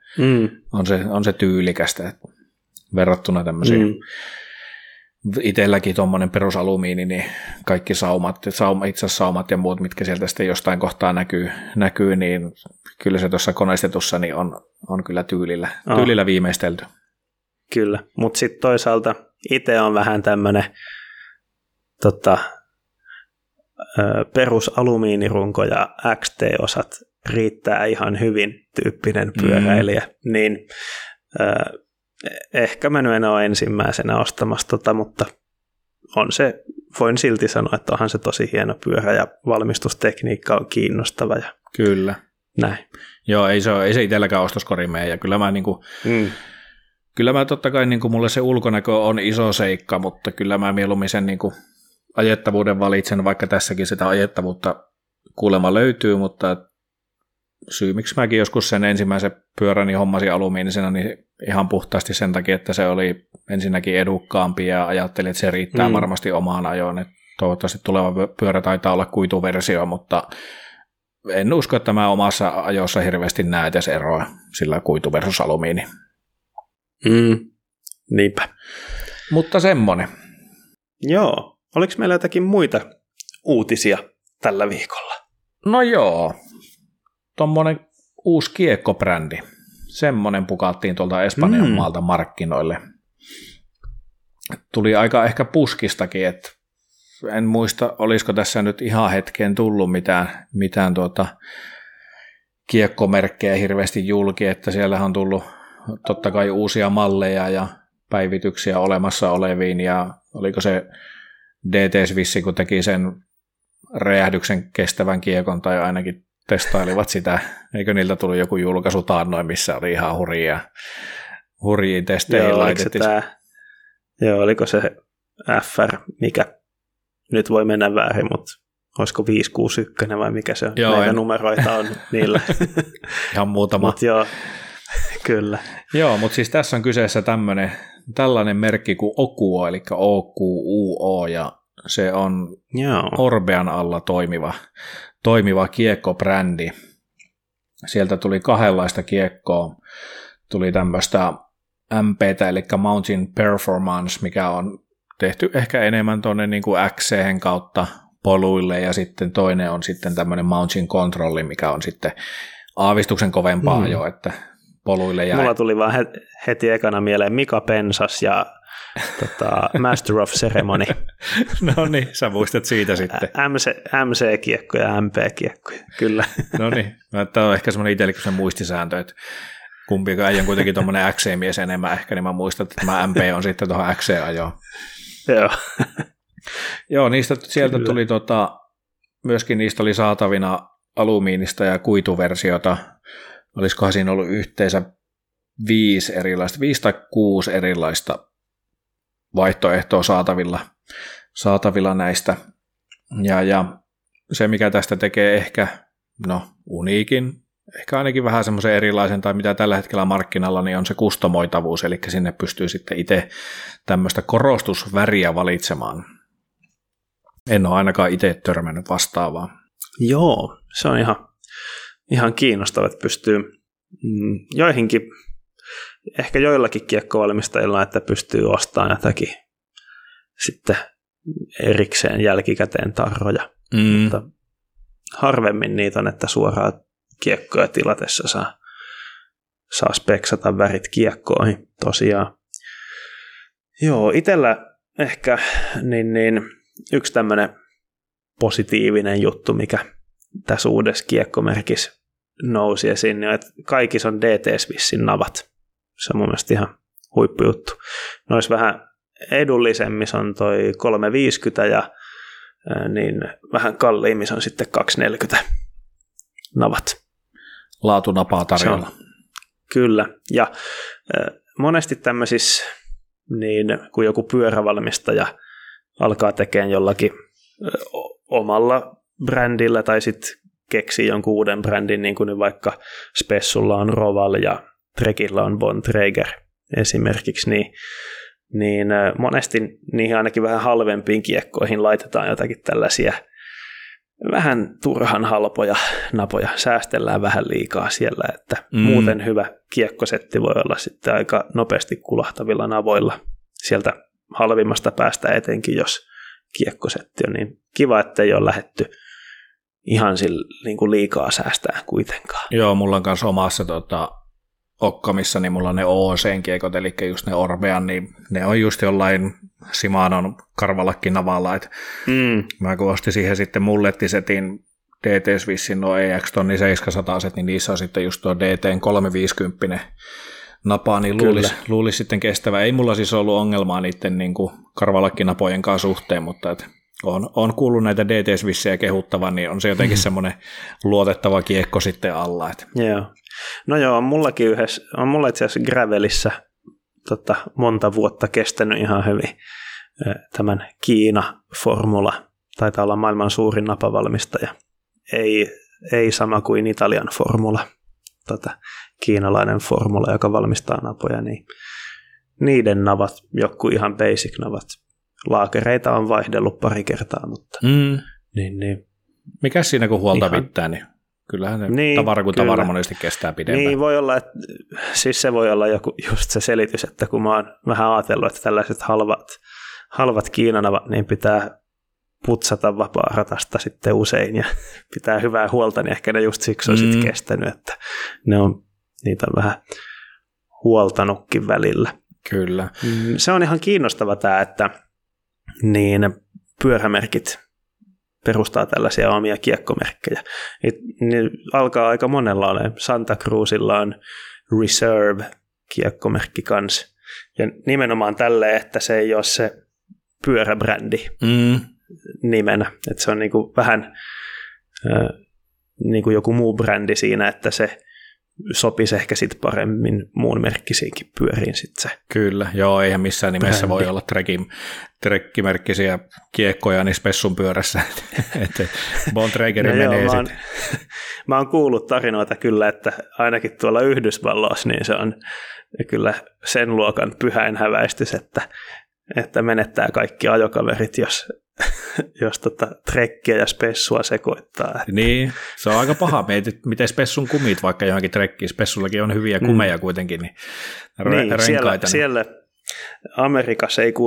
on se tyylikästä, että verrattuna tämmöisiin itselläkin tuommoinen perusalumiini, niin kaikki saumat ja muut, mitkä sieltä sitten jostain kohtaa näkyy, niin kyllä se tuossa koneistetussa niin on kyllä tyylillä viimeistelty. Kyllä, mutta sitten toisaalta itse on vähän tämmöinen perusalumiinirunko ja XT-osat riittää ihan hyvin tyyppinen pyöräilijä, niin ehkä mä en ole ensimmäisenä ostamassa mutta on se voin silti sanoa, että onhan se tosi hieno pyörä ja valmistustekniikka on kiinnostava. Ja kyllä. Näin. Joo, ei se itselläkään ostoskori mene. Ja kyllä mä totta kai niin kuin mulle se ulkonäkö on iso seikka, mutta kyllä mä mieluummin sen niin kuin ajettavuuden valitsen, vaikka tässäkin sitä ajettavuutta kuulemma löytyy, mutta syy, miksi mäkin joskus sen ensimmäisen pyöräni hommasin alumiinisena, niin ihan puhtaasti sen takia, että se oli ensinnäkin edukkaampi ja ajattelin, että se riittää varmasti omaan ajoon. Että toivottavasti tuleva pyörä taitaa olla kuituversio, mutta en usko, että mä omassa ajossa hirveästi näe edes eroa sillä kuitu versus alumiini. Niinpä. Mutta semmonen. Joo. Oliko meillä jotakin muita uutisia tällä viikolla? No joo. Tuommoinen uusi kiekkobrändi. Semmoinen pukattiin tuolta Espanjan maalta markkinoille. Tuli aika ehkä puskistakin, että en muista, olisiko tässä nyt ihan hetkeen tullut mitään kiekkomerkkejä hirveästi julki, että siellähän on tullut totta kai uusia malleja ja päivityksiä olemassa oleviin, ja oliko se DT Swissi, kun teki sen räjähdyksen kestävän kiekon, tai ainakin testailivat sitä, eikö niiltä tullut joku julkaisu taannoin, missä oli ihan hurjia testeihin laitettiin. Oliko se FR, mikä nyt voi mennä väärin, mutta olisiko 561 vai mikä se on? Näitä numeroita on niillä. Ihan muutama. Mut joo, kyllä. Joo, mutta siis tässä on kyseessä tällainen merkki kuin Okuo, eli OQUO, ja se on Orbean alla toimiva kiekkobrändi. Sieltä tuli kahdenlaista kiekkoa. Tuli tämmöistä MPtä, eli Mountain Performance, mikä on tehty ehkä enemmän tuonne niin kuin XC:n kautta poluille, ja sitten toinen on sitten tämmöinen Mountain Control, mikä on sitten aavistuksen kovempaa jo, että poluille jäi. Mulla tuli vaan heti ekana mieleen Mika Pensas ja Master of Ceremony. No niin, sä muistat siitä sitten. MC-kiekkoja ja MP-kiekkoja, kyllä. No niin, tämä on ehkä semmoinen itsellekin muistisääntö, että kumpikaan äijä on kuitenkin tuommoinen XC-mies enemmän ehkä, niin mä muistan, että mä MP on sitten tuohon XC-ajoon. Joo. Joo, sieltä kyllä tuli myöskin niistä oli saatavina alumiinista ja kuituversiota. Olisikohan siinä ollut yhteensä 5 tai 6 erilaista vaihtoehtoa saatavilla näistä. Ja se, mikä tästä tekee ehkä uniikin, ehkä ainakin vähän semmoisen erilaisen, tai mitä tällä hetkellä markkinalla, niin on se kustomoitavuus, eli sinne pystyy sitten itse tämmöistä korostusväriä valitsemaan. En ole ainakaan itse törmännyt vastaavaa. Joo, se on ihan kiinnostava, että pystyy joihinkin, ehkä joillakin kiekkovalmistajilla, että pystyy ostamaan jotakin sitten erikseen jälkikäteen tarroja, mutta harvemmin niitä on, että suoraan kiekkoja tilatessa saa speksata värit kiekkoihin tosiaan. Joo, itsellä ehkä niin yksi tämmöinen positiivinen juttu, mikä tässä uudessa kiekkomerkissä nousi esiin, niin että kaikissa on DT Swissin navat. Se on mun mielestä ihan huippujuttu. Nois vähän edullisemmissa on toi 350 ja niin vähän kalliimmissa on sitten 240 navat. Laatunapaa tarjolla. Kyllä, ja monesti tämmöisissä, niin kun joku pyörävalmistaja alkaa tekemään jollakin omalla brändillä tai sitten keksii jonkun uuden brändin, niin kuin nyt vaikka Spessulla on Roval ja Trekillä on Bontrager esimerkiksi, niin monesti niihin ainakin vähän halvempiin kiekkoihin laitetaan jotakin tällaisia vähän turhan halpoja napoja, säästellään vähän liikaa siellä, että muuten hyvä kiekkosetti voi olla sitten aika nopeasti kulahtavilla navoilla sieltä halvimmasta päästä, etenkin jos kiekkosetti on niin kiva, että ei ole lähdetty ihan niin kuin liikaa säästää kuitenkaan. Joo, mulla on kanssa omassa Okkamissa, niin mulla on ne OOC-kiekot, eli just ne Orbean, niin ne on just jollain Shimanon karvalakkin navalla, että mä kun ostin siihen sitten mullettisetin DT Swissin nuo EX-tonni 700, niin niissä on sitten just tuo DTn 350 napaa, niin luulisi sitten kestävä. Ei mulla siis ollut ongelmaa niiden niin kuin karvalakkinapojen kanssa suhteen, mutta on kuullut näitä DT-Swissejä kehuttavan, niin on se jotenkin semmoinen luotettava kiekko sitten alla. Että. Joo. No joo, on mulla itse asiassa Gravelissä monta vuotta kestänyt ihan hyvin tämän Kiina-formula. Taitaa olla maailman suurin napavalmistaja. Ei sama kuin Italian formula, kiinalainen formula, joka valmistaa napoja, niin niiden navat, joku ihan basic navat. Laakereita on vaihdellut pari kertaa, mutta niin. Mikäs siinä kun huolta pitää, niin kyllähän ne tavara kuin tavara monesti kestää pidempään. Niin voi olla, että siis se voi olla joku just se selitys, että kun mä oon vähän ajatellut, että tällaiset halvat Kiinanavat, niin pitää putsata vapaa-ratasta sitten usein ja pitää hyvää huolta, niin ehkä ne just siksi on sitten kestänyt, että niitä on vähän huoltanutkin välillä. Kyllä. Se on ihan kiinnostava tämä, että niin pyörämerkit perustaa tällaisia omia kiekkomerkkejä. Niin alkaa aika monella ole. Santa Cruzilla on Reserve-kiekkomerkki kanssa. Ja nimenomaan tälleen, että se ei ole se pyöräbrändi nimenä. Että se on niinku vähän niinku joku muu brändi siinä, että se sopisi ehkä sitten paremmin muun merkkisiinkin pyöriin sitten se. Kyllä, joo, eihän missään nimessä voi olla trekkimerkkisiä kiekkoja niin spessun pyörässä, että Bontragerin menee sitten. Mä oon kuullut tarinoita kyllä, että ainakin tuolla Yhdysvalloissa niin se on kyllä sen luokan pyhäinhäväistys, että menettää kaikki ajokaverit, jos trekkiä ja spessua sekoittaa. Niin, se on aika paha. Miten spessun kumit vaikka johonkin trekkiin. Spessullakin on hyviä kumeja kuitenkin. Niin siellä Amerikassa ei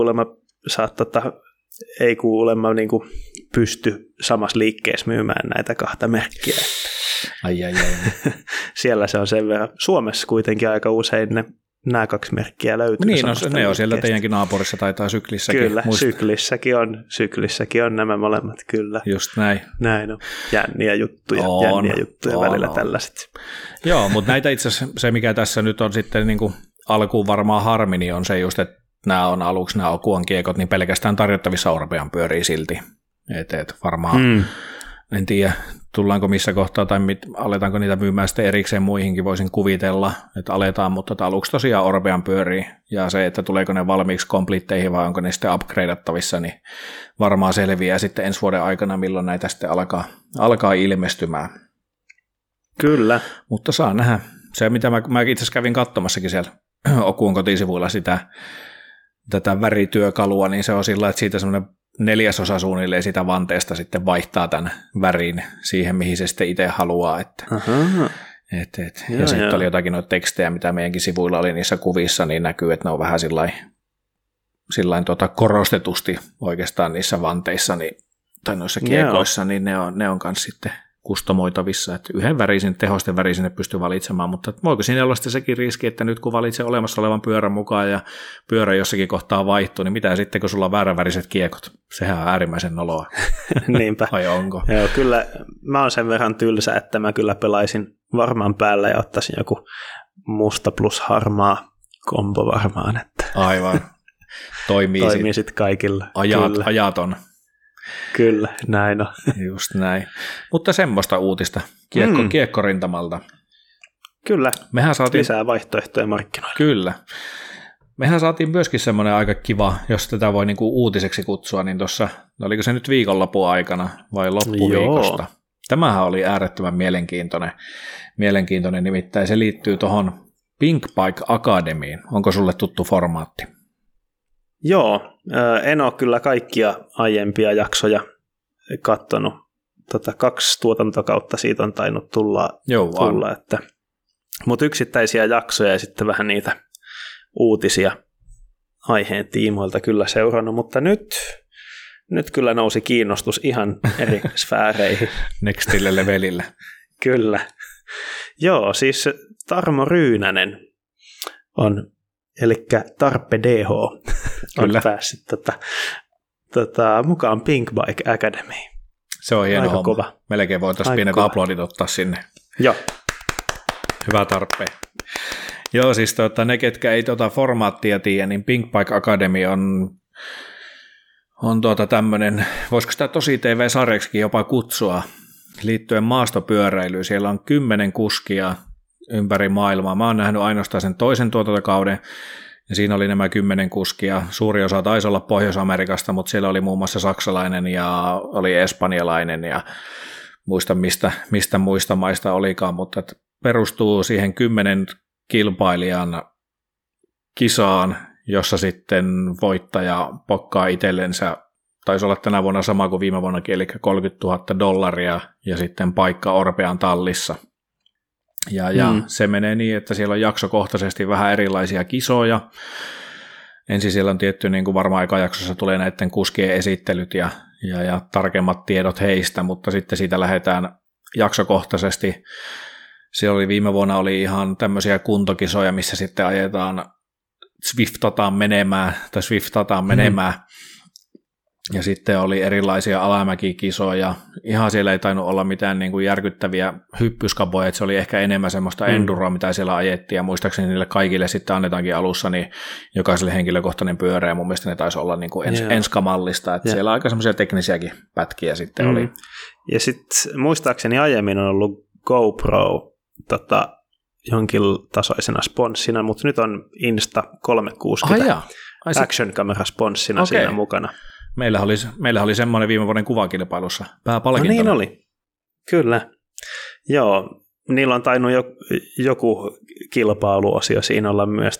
kuulemma niin kuin pysty samassa liikkeessä myymään näitä kahta merkkiä. Ai. Siellä se on sen verran. Suomessa kuitenkin aika usein nämä kaksi merkkiä löytyy. Niin, ne on siellä teidänkin naapurissa, taitaa Syklissäkin. Kyllä, Syklissäkin on nämä molemmat, kyllä. Just näin. Näin on. Jänniä juttuja välillä tällaiset. Joo, mutta näitä itse asiassa se, mikä tässä nyt on sitten niin kuin alkuun varmaan harmi, niin on se just, että nämä on aluksi nämä Okuan kiekot, niin pelkästään tarjottavissa Orbean pyörii silti. Et varmaan, en tiedä, tullaanko missä kohtaa tai aletaanko niitä myymään sitten erikseen muihinkin, voisin kuvitella, että aletaan, mutta aluksi tosiaan Orbean pyörii, ja se, että tuleeko ne valmiiksi kompliitteihin vai onko ne sitten upgradeattavissa, niin varmaan selviää sitten ensi vuoden aikana, milloin näitä sitten alkaa ilmestymään. Kyllä. Mutta saa nähdä. Se, mitä mä itse asiassa kävin katsomassakin siellä Okuun kotisivuilla tätä värityökalua, niin se on sillä, että siitä semmoinen 4/4 suunnilleen sitä vanteesta sitten vaihtaa tämän värin siihen, mihin se sitten itse haluaa. Ja sitten oli jotakin noita tekstejä, mitä meidänkin sivuilla oli niissä kuvissa, niin näkyy, että ne on vähän sillain korostetusti oikeastaan niissä vanteissa tai noissa kiekoissa, niin ne on kanssa sitten kustomoitavissa, että yhden värisin, tehosten värisin ne pystyy valitsemaan, mutta voiko siinä olla sitten sekin riski, että nyt kun valitsee olemassa olevan pyörän mukaan ja pyörä jossakin kohtaa vaihtuu, niin mitä sitten, kun sulla on vääränväriset kiekot? Sehän on äärimmäisen noloa. Niinpä. Vai onko? Joo, kyllä mä oon sen verran tylsä, että mä kyllä pelaisin varmaan päällä ja ottaisin joku musta plus harmaa kombo varmaan. Että aivan. Toimii sitten kaikilla. Ajaton. Kyllä, näin on. Just näin. Mutta semmoista uutista kiekkorintamalta. Kyllä, lisää vaihtoehtoja markkinoilla. Kyllä. Mehän saatiin myöskin semmoinen aika kiva, jos tätä voi niinku uutiseksi kutsua, niin tuossa, oliko se nyt viikonlopun aikana vai loppuviikosta? Joo. Tämähän oli äärettömän mielenkiintoinen, nimittäin se liittyy tuohon Pink Bike Academyin. Onko sulle tuttu formaatti? Joo, en ole kyllä kaikkia aiempia jaksoja katsonut. 2 tuotantokautta siitä on tainnut tulla, mutta yksittäisiä jaksoja ja sitten vähän niitä uutisia aiheen tiimoilta kyllä seurannut, mutta nyt kyllä nousi kiinnostus ihan eri sfääreihin. Nextille levelille. Kyllä. Joo, siis Tarmo Ryynänen on, eli Tarpe DH, on päässyt mukaan Pink Bike Academy. Se on hieno homma. Kova. Melkein voitaisiin pienet aplodit ottaa sinne. Joo. Hyvä Tarpe. Joo, siis ne, ketkä ei formaattia tiedä, niin Pink Bike Academy on tämmöinen, voisiko sitä tosi TV-sarjaksikin jopa kutsua, liittyen maastopyöräilyyn. Siellä on 10 kuskia ympäri maailmaa. Mä oon nähnyt ainoastaan sen toisen tuotantokauden, ja siinä oli nämä 10 kuskia. Suuri osa taisi olla Pohjois-Amerikasta, mutta siellä oli muun muassa saksalainen ja oli espanjalainen ja muista mistä muista maista olikaan, mutta perustuu siihen 10 kilpailijan kisaan, jossa sitten voittaja pokkaa itsellensä, taisi olla tänä vuonna sama kuin viime vuonnakin, eli $30,000 ja sitten paikka Orpean tallissa. Ja se menee niin, että siellä on jaksokohtaisesti vähän erilaisia kisoja. Ensin siellä on tietty, niin kuin varmaan aikajaksossa tulee näiden kuskien esittelyt ja tarkemmat tiedot heistä, mutta sitten siitä lähdetään jaksokohtaisesti. Siellä oli viime vuonna oli ihan tämmöisiä kuntokisoja, missä sitten ajetaan Swiftataan menemään. Ja sitten oli erilaisia alamäkikisoja. Ihan siellä ei tainnut olla mitään niin kuin järkyttäviä hyppyskapoja, että se oli ehkä enemmän semmoista enduroa, mitä siellä ajettiin. Ja muistaakseni niille kaikille sitten annetaankin alussa niin jokaiselle henkilökohtainen pyörä, ja mun mielestä ne taisi olla niin kuinenskamallista. Että siellä aika semmoisia teknisiäkin pätkiä sitten oli. Ja sitten muistaakseni aiemmin on ollut GoPro jonkin tasoisena sponssina, mutta nyt on Insta360 action-kamera-sponssina siinä mukana. Meillä oli semmoinen viime vuoden kuvakilpailussa pääpalkintona. No niin oli, kyllä. Joo, niillä on tainnut joku kilpailuosio siinä olla myös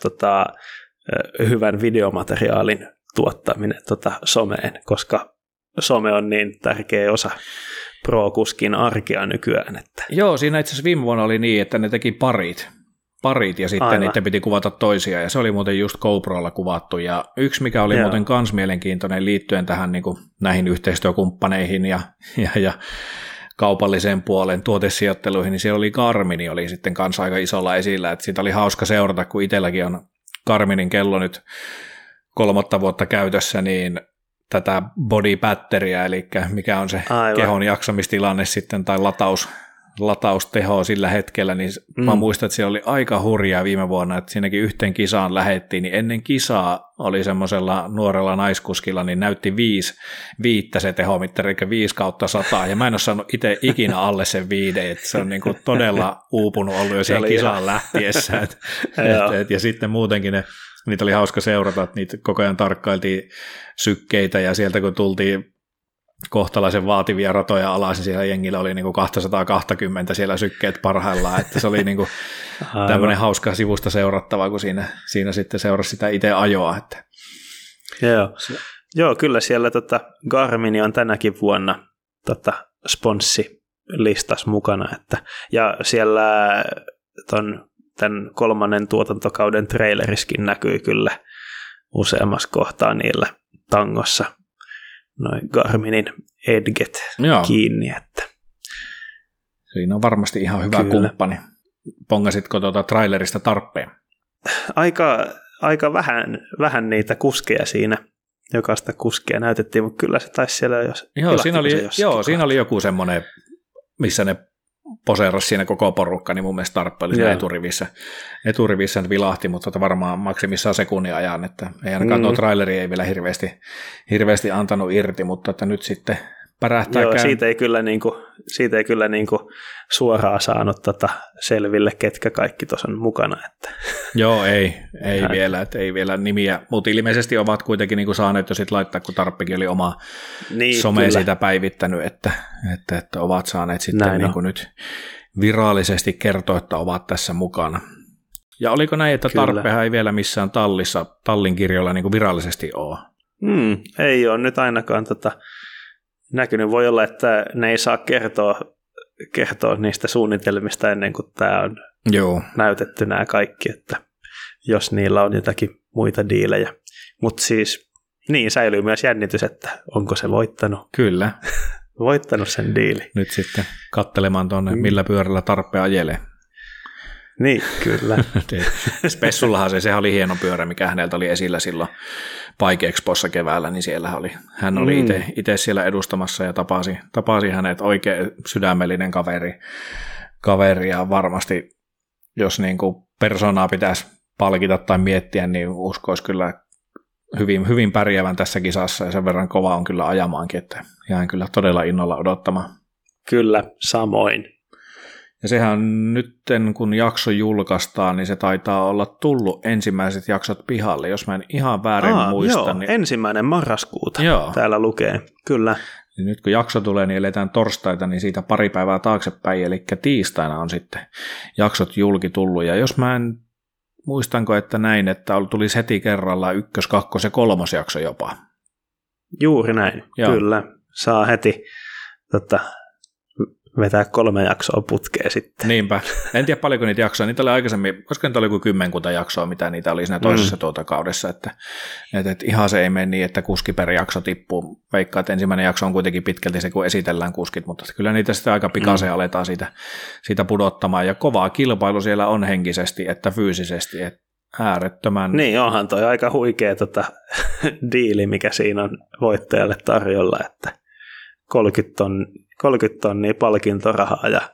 hyvän videomateriaalin tuottaminen someen, koska some on niin tärkeä osa pro-kuskin arkea nykyään. Että. Joo, siinä itse asiassa viime vuonna oli niin, että ne teki parit ja sitten niiden piti kuvata toisia, ja se oli muuten just GoProlla kuvattu, ja yksi mikä oli muuten kans mielenkiintoinen liittyen tähän niin kuin näihin yhteistyökumppaneihin ja kaupalliseen puolen tuotesijoitteluihin, niin siellä oli Garmin, oli sitten kanssa aika isolla esillä, että siitä oli hauska seurata, kun itselläkin on Garminin kello nyt 3 vuotta käytössä, niin tätä body batteria, eli mikä on se kehon jaksamistilanne sitten, tai latausteho sillä hetkellä, niin mä muistan, että siellä oli aika hurjaa viime vuonna, että siinäkin yhteen kisaan lähettiin, niin ennen kisaa oli semmoisella nuorella naiskuskilla, niin näytti 5 se tehomittari, eli 5/100, ja mä en ole saanut itse ikinä alle sen 5, että se on niin kuin todella uupunut ollut jo siihen kisaan lähtiessä, ja sitten muutenkin niitä oli hauska seurata, että niitä koko ajan tarkkailtiin sykkeitä, ja sieltä kun tultiin kohtalaisen vaativia ratoja alas, niin siellä jengillä oli niin kuin 220 siellä sykkeet parhaillaan, että se oli niin kuin tämmöinen hauska sivusta seurattava, kun siinä sitten seurasi sitä itse ajoa. Että. Joo, kyllä siellä Garmin on tänäkin vuonna sponssilistas mukana, ja siellä tämän 3. tuotantokauden traileriskin näkyy kyllä useammassa kohtaa niillä tangossa noin Garminin Edget kiinni. Että. Siinä on varmasti ihan hyvä kumppani. Pongasitko trailerista tarpeen? Aika vähän niitä kuskeja siinä. Jokaista kuskia näytettiin, mutta kyllä se taisi siellä siinä oli joku semmoinen, missä ne poseerasi siinä koko porukka, niin mun mielestä tarpeen oli eturivissä vilahti, mutta varmaan maksimissaan sekunnin ajan, että ei ainakaan tuo traileri ei vielä hirveästi antanut irti, mutta että nyt sitten pärähtää siitä ei kyllä suoraan saanut selville, ketkä kaikki tuossa on mukana. Että. Joo, ei vielä nimiä, mutta ilmeisesti ovat kuitenkin niin kuin saaneet jo sitten laittaa, kun Tarppikin oli oma some siitä päivittänyt, että ovat saaneet sitten niin kuin nyt virallisesti kertoa, että ovat tässä mukana. Ja oliko näin, että Tarppehan ei vielä missään tallin kirjoilla niin kuin virallisesti ole? Ei ole nyt ainakaan näkynyt. Voi olla, että ne ei saa kertoa niistä suunnitelmista ennen kuin tämä on näytetty nämä kaikki, että jos niillä on jotakin muita diilejä. Mutta siis niin säilyy myös jännitys, että onko se voittanut. Kyllä. Voittanut sen diili. Nyt sitten katselemaan tuonne, millä pyörällä Tarppe ajelee. Niin, kyllä. Spessullahan sehän oli hieno pyörä, mikä häneltä oli esillä silloin Bike Expossa keväällä, niin siellä hän oli itse siellä edustamassa ja tapasi hänet, oikein sydämellinen kaveri ja varmasti, jos niin kuin persoonaa pitäisi palkita tai miettiä, niin uskoisi kyllä hyvin, hyvin pärjäävän tässä kisassa ja sen verran kova on kyllä ajamaankin, että jään kyllä todella innolla odottamaan. Kyllä, samoin. Ja sehän nyt, kun jakso julkaistaan, niin se taitaa olla tullut ensimmäiset jaksot pihalle, jos mä en ihan väärin muista. Joo, niin 1. marraskuuta täällä lukee, kyllä. Niin nyt kun jakso tulee, niin eletään torstaita, niin siitä pari päivää taaksepäin, eli tiistaina on sitten jaksot julki tullut. Ja jos mä en muistanko, että näin, että tulisi heti kerrallaan 1., 2. ja 3. jakso jopa. Juuri näin, kyllä. Saa heti vetää 3 jaksoa putkeen sitten. Niinpä. En tiedä paljonko niitä jaksoja. Niitä oli aikaisemmin, koska niitä oli kuin 10 jaksoa, mitä niitä oli siinä toisessa kaudessa. Että ihan se ei mene niin, että kuski per jakso tippuu. Veikkaa, että ensimmäinen jakso on kuitenkin pitkälti se, kun esitellään kuskit, mutta kyllä niitä sitten aika pikaisen aletaan siitä pudottamaan. Ja kovaa kilpailu siellä on henkisesti, että fyysisesti. Että äärettömän. Niin, onhan toi aika huikea diili, mikä siinä on voittajalle tarjolla, että 30 tonnia palkintorahaa ja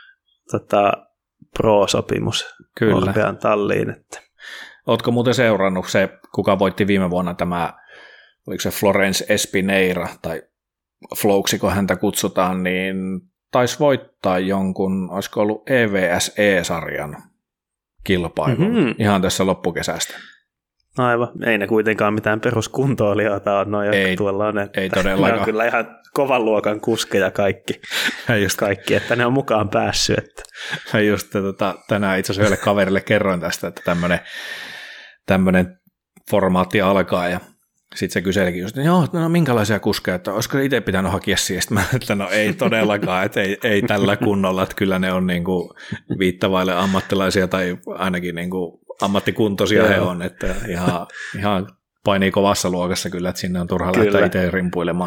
pro-sopimus Orpean talliin. Että. Ootko muuten seurannut se, kuka voitti viime vuonna tämä, oliko se Florence Espineira tai Flowksiko häntä kutsutaan, niin taisi voittaa jonkun, olisiko ollut EVSE-sarjan kilpailun ihan tässä loppukesästä. Aivan. Ei ne kuitenkaan mitään peruskuntoilijoita ole, ei todellakaan. Ne on kyllä ihan kovan luokan kuskeja kaikki, että ne on mukaan päässyt. Että. Just tänään itse asiassa yhdelle kaverille kerroin tästä, että tämmöinen formaatti alkaa ja sitten se kyselikin just, että no minkälaisia kuskeja, että olisiko itse pitänyt hakea siihen, että no ei todellakaan, että ei tällä kunnolla, että kyllä ne on niinku viittavaille ammattilaisia tai ainakin niinku ammattikuntoisia he on, että ihan painii kovassa luokassa kyllä, että sinne on turha lähteä itse rimpuilemaan.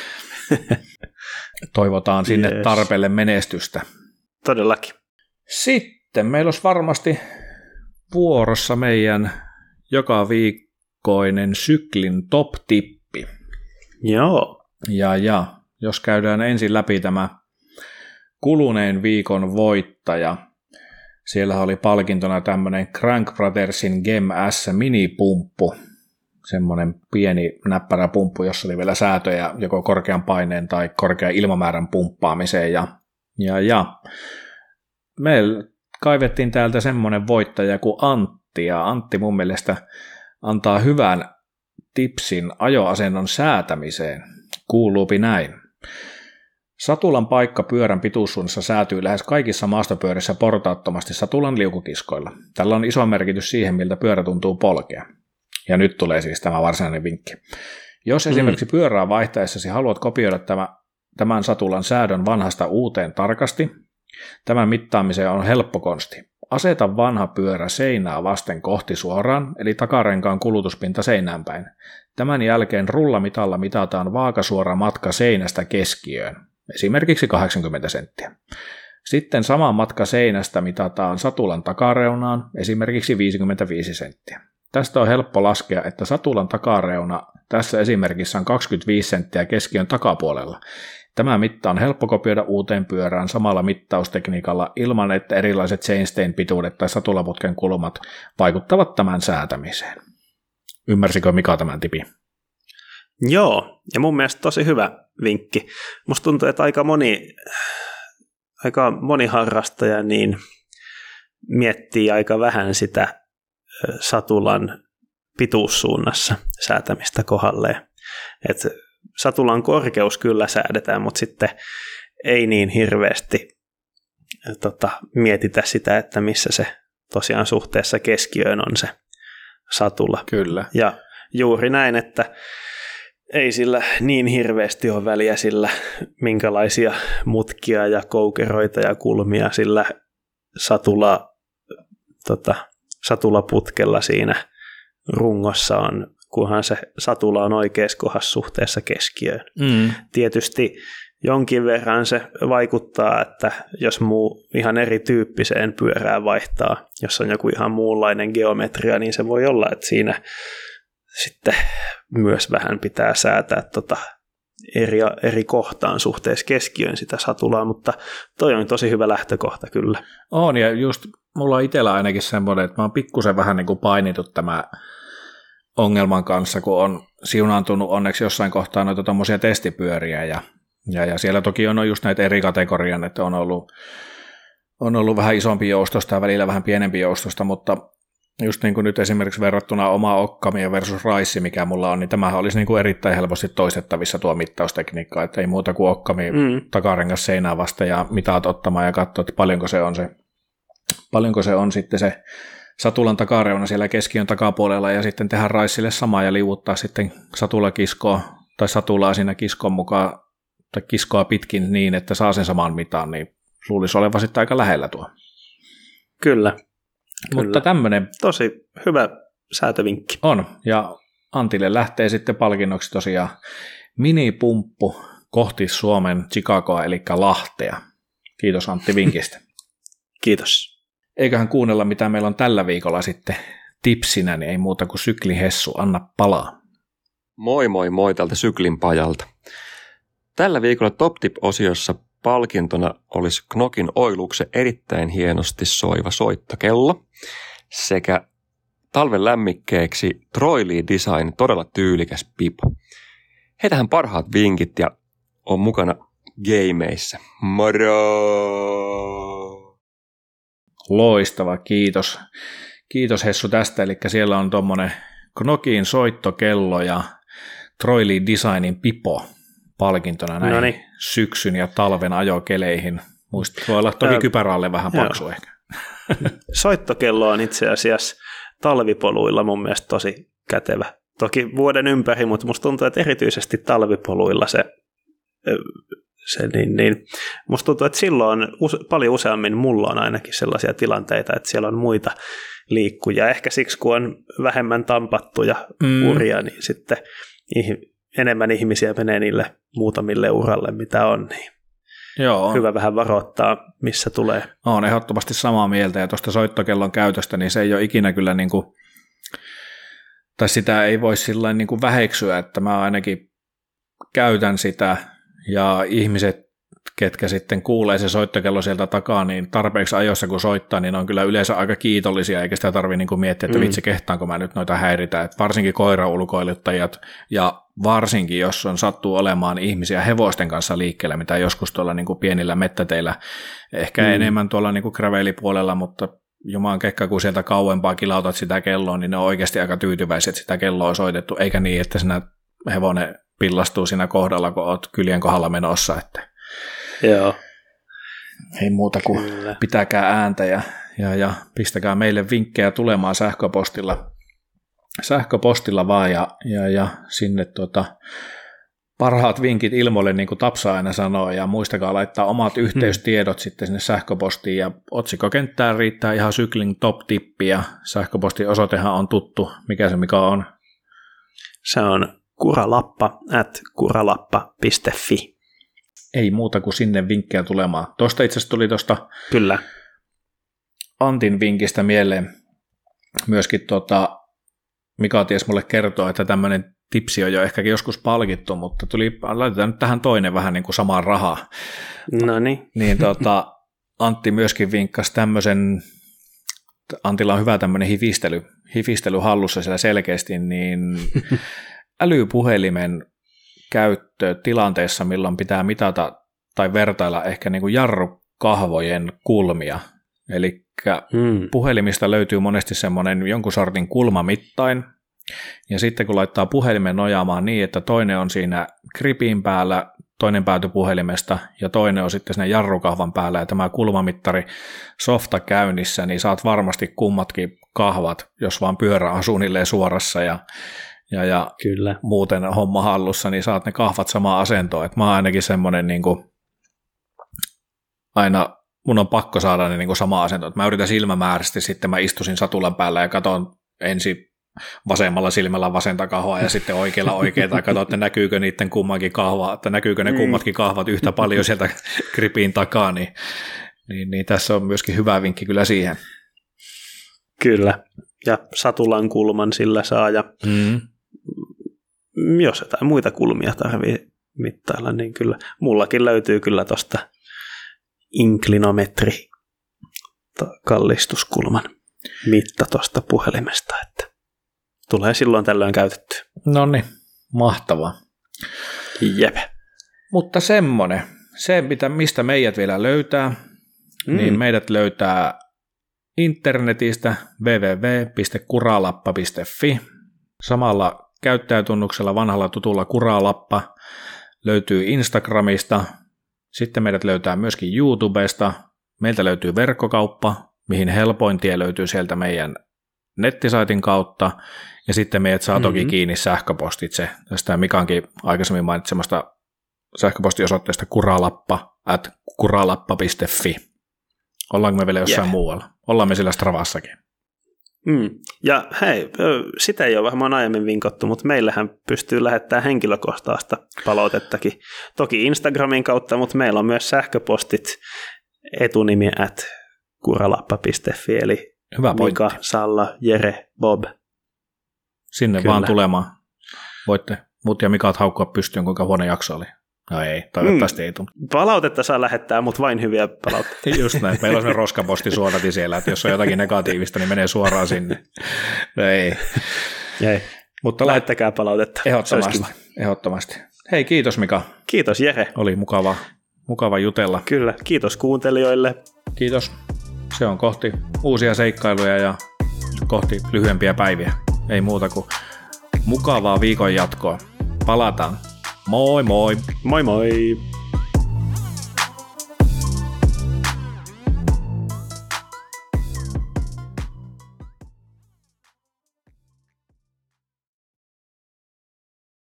Toivotaan sinne tarpeelle menestystä. Todellakin. Sitten meillä olisi varmasti vuorossa meidän joka viikkoinen syklin top-tippi. Joo. Ja jos käydään ensin läpi tämä kuluneen viikon voittaja, siellä oli palkintona tämmöinen Crank Brothersin Gem S minipumppu, semmoinen pieni näppärä pumppu, jossa oli vielä säätöjä joko korkean paineen tai korkean ilmamäärän pumppaamiseen. Ja me kaivettiin täältä semmoinen voittaja kuin Antti, ja Antti mun mielestä antaa hyvän tipsin ajoasennon säätämiseen. Kuuluupi näin. Satulan paikka pyörän pituussuunnassa säätyy lähes kaikissa maastopyörissä portaattomasti satulan liukukiskoilla. Tällä on iso merkitys siihen, miltä pyörä tuntuu polkea. Ja nyt tulee siis tämä varsinainen vinkki. Jos esimerkiksi pyörää vaihtaessasi haluat kopioida tämän satulan säädön vanhasta uuteen tarkasti, tämän mittaamiseen on helppo konsti. Aseta vanha pyörä seinää vasten kohti suoraan, eli takarenkaan kulutuspinta seinään päin. Tämän jälkeen rullamitalla mitataan vaakasuora matka seinästä keskiöön, esimerkiksi 80 senttiä. Sitten sama matka seinästä mitataan satulan takareunaan, esimerkiksi 55 senttiä. Tästä on helppo laskea, että satulan takareuna tässä esimerkissä on 25 senttiä keskiön takapuolella. Tämä mitta on helppo kopioida uuteen pyörään samalla mittaustekniikalla ilman, että erilaiset chainstein pituudet tai satulaputken kulmat vaikuttavat tämän säätämiseen. Ymmärsikö Mika tämän tipin? Joo, ja mun mielestä tosi hyvä vinkki. Musta tuntuu, että aika moni harrastaja niin miettii aika vähän sitä satulan pituussuunnassa säätämistä kohdalleen. Että satulan korkeus kyllä säädetään, mutta sitten ei niin hirveästi mietitä sitä, että missä se tosiaan suhteessa keskiöön on se satula. Kyllä. Ja juuri näin, että ei sillä niin hirveästi ole väliä sillä, minkälaisia mutkia ja koukeroita ja kulmia sillä satulaputkella siinä rungossa on, kunhan se satula on oikeassa kohdassa suhteessa keskiöön. Tietysti jonkin verran se vaikuttaa, että jos ihan erityyppiseen pyörään vaihtaa, jos on joku ihan muunlainen geometria, niin se voi olla, että siinä sitten myös vähän pitää säätää eri kohtaan suhteessa keskiöön sitä satulaa, mutta toi on tosi hyvä lähtökohta kyllä. On, ja just mulla on itsellä ainakin semmoinen, että mä oon pikkusen vähän niin kuin painitut ongelman kanssa, kun on siunaantunut onneksi jossain kohtaa noita tommosia testipyöriä ja siellä toki on just näitä eri kategorian, että on ollut vähän isompi joustosta ja välillä vähän pienempi joustosta, mutta just niin kuin nyt esimerkiksi verrattuna oma Occamia versus Raissi, mikä mulla on, niin tämähän olisi niin kuin erittäin helposti toistettavissa tuo mittaustekniikka, että ei muuta kuin Occami takarengas seinää vasta ja mitaat ottamaan ja katsoa, että paljonko se on sitten se satulan takareuna siellä keskiön takapuolella ja sitten tehdä Raissille samaa ja liuuttaa sitten satulakiskoa tai satulaa siinä kiskon mukaan tai kiskoa pitkin niin, että saa sen saman mitaan, niin luulisi olevan sitten aika lähellä tuo. Kyllä. Mutta tämmöinen tosi hyvä säätövinkki. On, ja Antille lähtee sitten palkinnoksi tosiaan minipumppu kohti Suomen Chicagoa, eli Lahtea. Kiitos Antti vinkistä. Kiitos. Eiköhän kuunnella, mitä meillä on tällä viikolla sitten tipsinä, niin ei muuta kuin Syklihessu, anna palaa. Moi moi moi tältä Syklin pajalta. Tällä viikolla Top Tip-osiossa palkintona olisi Knokin Oiluksen erittäin hienosti soiva soittokello sekä talven lämmikkeeksi Troili Design todella tyylikäs pipo. Heitähän parhaat vinkit ja on mukana gameissa. Moro! Loistava, kiitos. Kiitos Hessu tästä, eli siellä on tuommoinen Knokin soittokello ja Troili Designin pipo palkintona näin syksyn ja talven ajokeleihin. Voi olla toki kypärälle vähän paksu ehkä. Soittokello on itse asiassa talvipoluilla mun mielestä tosi kätevä. Toki vuoden ympäri, mutta musta tuntuu, että erityisesti talvipoluilla se musta tuntuu, että silloin paljon useammin mulla on ainakin sellaisia tilanteita, että siellä on muita liikkujia. Ehkä siksi, kun on vähemmän tampattuja uria, niin sitten enemmän ihmisiä menee niille muutamille uralle, mitä on, niin joo, hyvä vähän varoittaa, missä tulee. Olen ehdottomasti samaa mieltä, ja tuosta soittokellon käytöstä, niin se ei ole ikinä kyllä, niin kuin, tai sitä ei voi sillain niin kuin väheksyä, että mä ainakin käytän sitä, ja ihmiset, ketkä sitten kuulee se soittokello sieltä takaa, niin tarpeeksi ajoissa kun soittaa, niin on kyllä yleensä aika kiitollisia, eikä sitä tarvitse niin kuin miettiä, että vitsi kehtaanko mä nyt noita häiritä, että varsinkin koiraulkoiluttajat, ja varsinkin jos on sattuu olemaan ihmisiä hevosten kanssa liikkeellä, mitä joskus tuolla niin kuin pienillä mettäteillä, ehkä enemmän tuolla niin kuin gravelipuolella, mutta jumaan kekka, kun sieltä kauempaa kilautat sitä kelloa, niin ne on oikeasti aika tyytyväisiä, että sitä kelloa on soitettu, eikä niin, että sinä hevonen pillastuu siinä kohdalla, kun olet kyljen kohdalla menossa, että joo. Ei muuta kuin kyllä. Pitäkää ääntä ja pistäkää meille vinkkejä tulemaan sähköpostilla vaan ja sinne parhaat vinkit ilmoille, niin kuin Tapsa aina sanoo, ja muistakaa laittaa omat yhteystiedot sitten sinne sähköpostiin, ja otsikkokenttään riittää ihan Syklin top-tippi, ja sähköpostin osoitehan on tuttu. Mikä on? Se on kuralappa@kuralappa.fi. Ei muuta kuin sinne vinkkejä tulemaan. Tuosta itse asiassa tuli kyllä Antin vinkistä mieleen myöskin Mika ties mulle kertoo, että tämmöinen tipsi on jo ehkä joskus palkittu, mutta laitetaan nyt tähän toinen vähän niin kuin samaan rahaa. Noniin. Niin Antti myöskin vinkkasi tämmöisen, Antilla on hyvä tämmöinen hifistely hallussa siellä selkeästi, niin älypuhelimen käyttö tilanteessa, milloin pitää mitata tai vertailla ehkä niin kuin jarrukahvojen kulmia. Eli puhelimista löytyy monesti semmoinen jonkun sortin kulmamittain, ja sitten kun laittaa puhelimen nojaamaan niin, että toinen on siinä gripin päällä, toinen pääty puhelimesta, ja toinen on sitten siinä jarrukahvan päällä, ja tämä kulmamittari softa käynnissä, niin saat varmasti kummatkin kahvat, jos vaan pyörä on suunnilleen suorassa, ja kyllä. Muuten homma hallussa, niin saat ne kahvat samaan asentoon. Et mä oon ainakin semmoinen niin kuin, aina mun on pakko saada ne niin kuin samaan asentoon. Et mä yritän silmämääräisesti, sitten mä istusin satulan päällä ja katon ensin vasemmalla silmällä vasenta kahvaa ja sitten oikealla oikeaa, ja katson, että näkyykö niiden kummankin kahvaa, että näkyykö ne kummatkin kahvat yhtä paljon sieltä gripin takaa, niin tässä on myöskin hyvä vinkki kyllä siihen. Kyllä, ja satulan kulman sillä saa, ja jos jotain muita kulmia tarvii mittailla, niin kyllä mullakin löytyy kyllä tuosta inklinometri kallistuskulman mitta tuosta puhelimesta, että tulee silloin tällöin käytetty. No niin, mahtavaa. Jep. Mutta semmoinen, se mistä meidät vielä löytää, niin meidät löytää internetistä www.kuralappa.fi. Samalla käyttäjätunnuksella vanhalla tutulla Kuralappa löytyy Instagramista. Sitten meidät löytää myöskin YouTubesta. Meiltä löytyy verkkokauppa, mihin helpoin tie löytyy sieltä meidän nettisaitin kautta. Ja sitten meidät saa toki kiinni sähköpostitse. Tästä Mikankin aikaisemmin mainitsemasta sähköpostiosoitteesta kuralappa.fi. Ollaanko me vielä jossain muualla? Ollaan me sillä Stravassakin. Ja hei, sitä ei ole varmaan aiemmin vinkottu, mutta meillähän pystyy lähettämään henkilökohtaista palautettakin. Toki Instagramin kautta, mutta meillä on myös sähköpostit etunimi @kuralappa.fi, eli hyvä Mika, Salla, Jere, Bob. Sinne kyllä vaan tulemaan. Voitte mut ja Mikat haukkua pystyyn, kuinka huono jakso oli. No ei, toivottavasti ei tule. Palautetta saa lähettää, mutta vain hyviä palautteita. Just näin. Meillä on sellainen roskaposti siellä, että jos on jotakin negatiivista, niin menee suoraan sinne. No ei. Mutta lähettäkää palautetta. Ehdottomasti. Hei, kiitos Mika. Kiitos Jere. Oli mukava jutella. Kyllä, kiitos kuuntelijoille. Kiitos. Se on kohti uusia seikkailuja ja kohti lyhyempiä päiviä. Ei muuta kuin mukavaa viikon jatkoa. Palataan. Moi moi! Moi moi!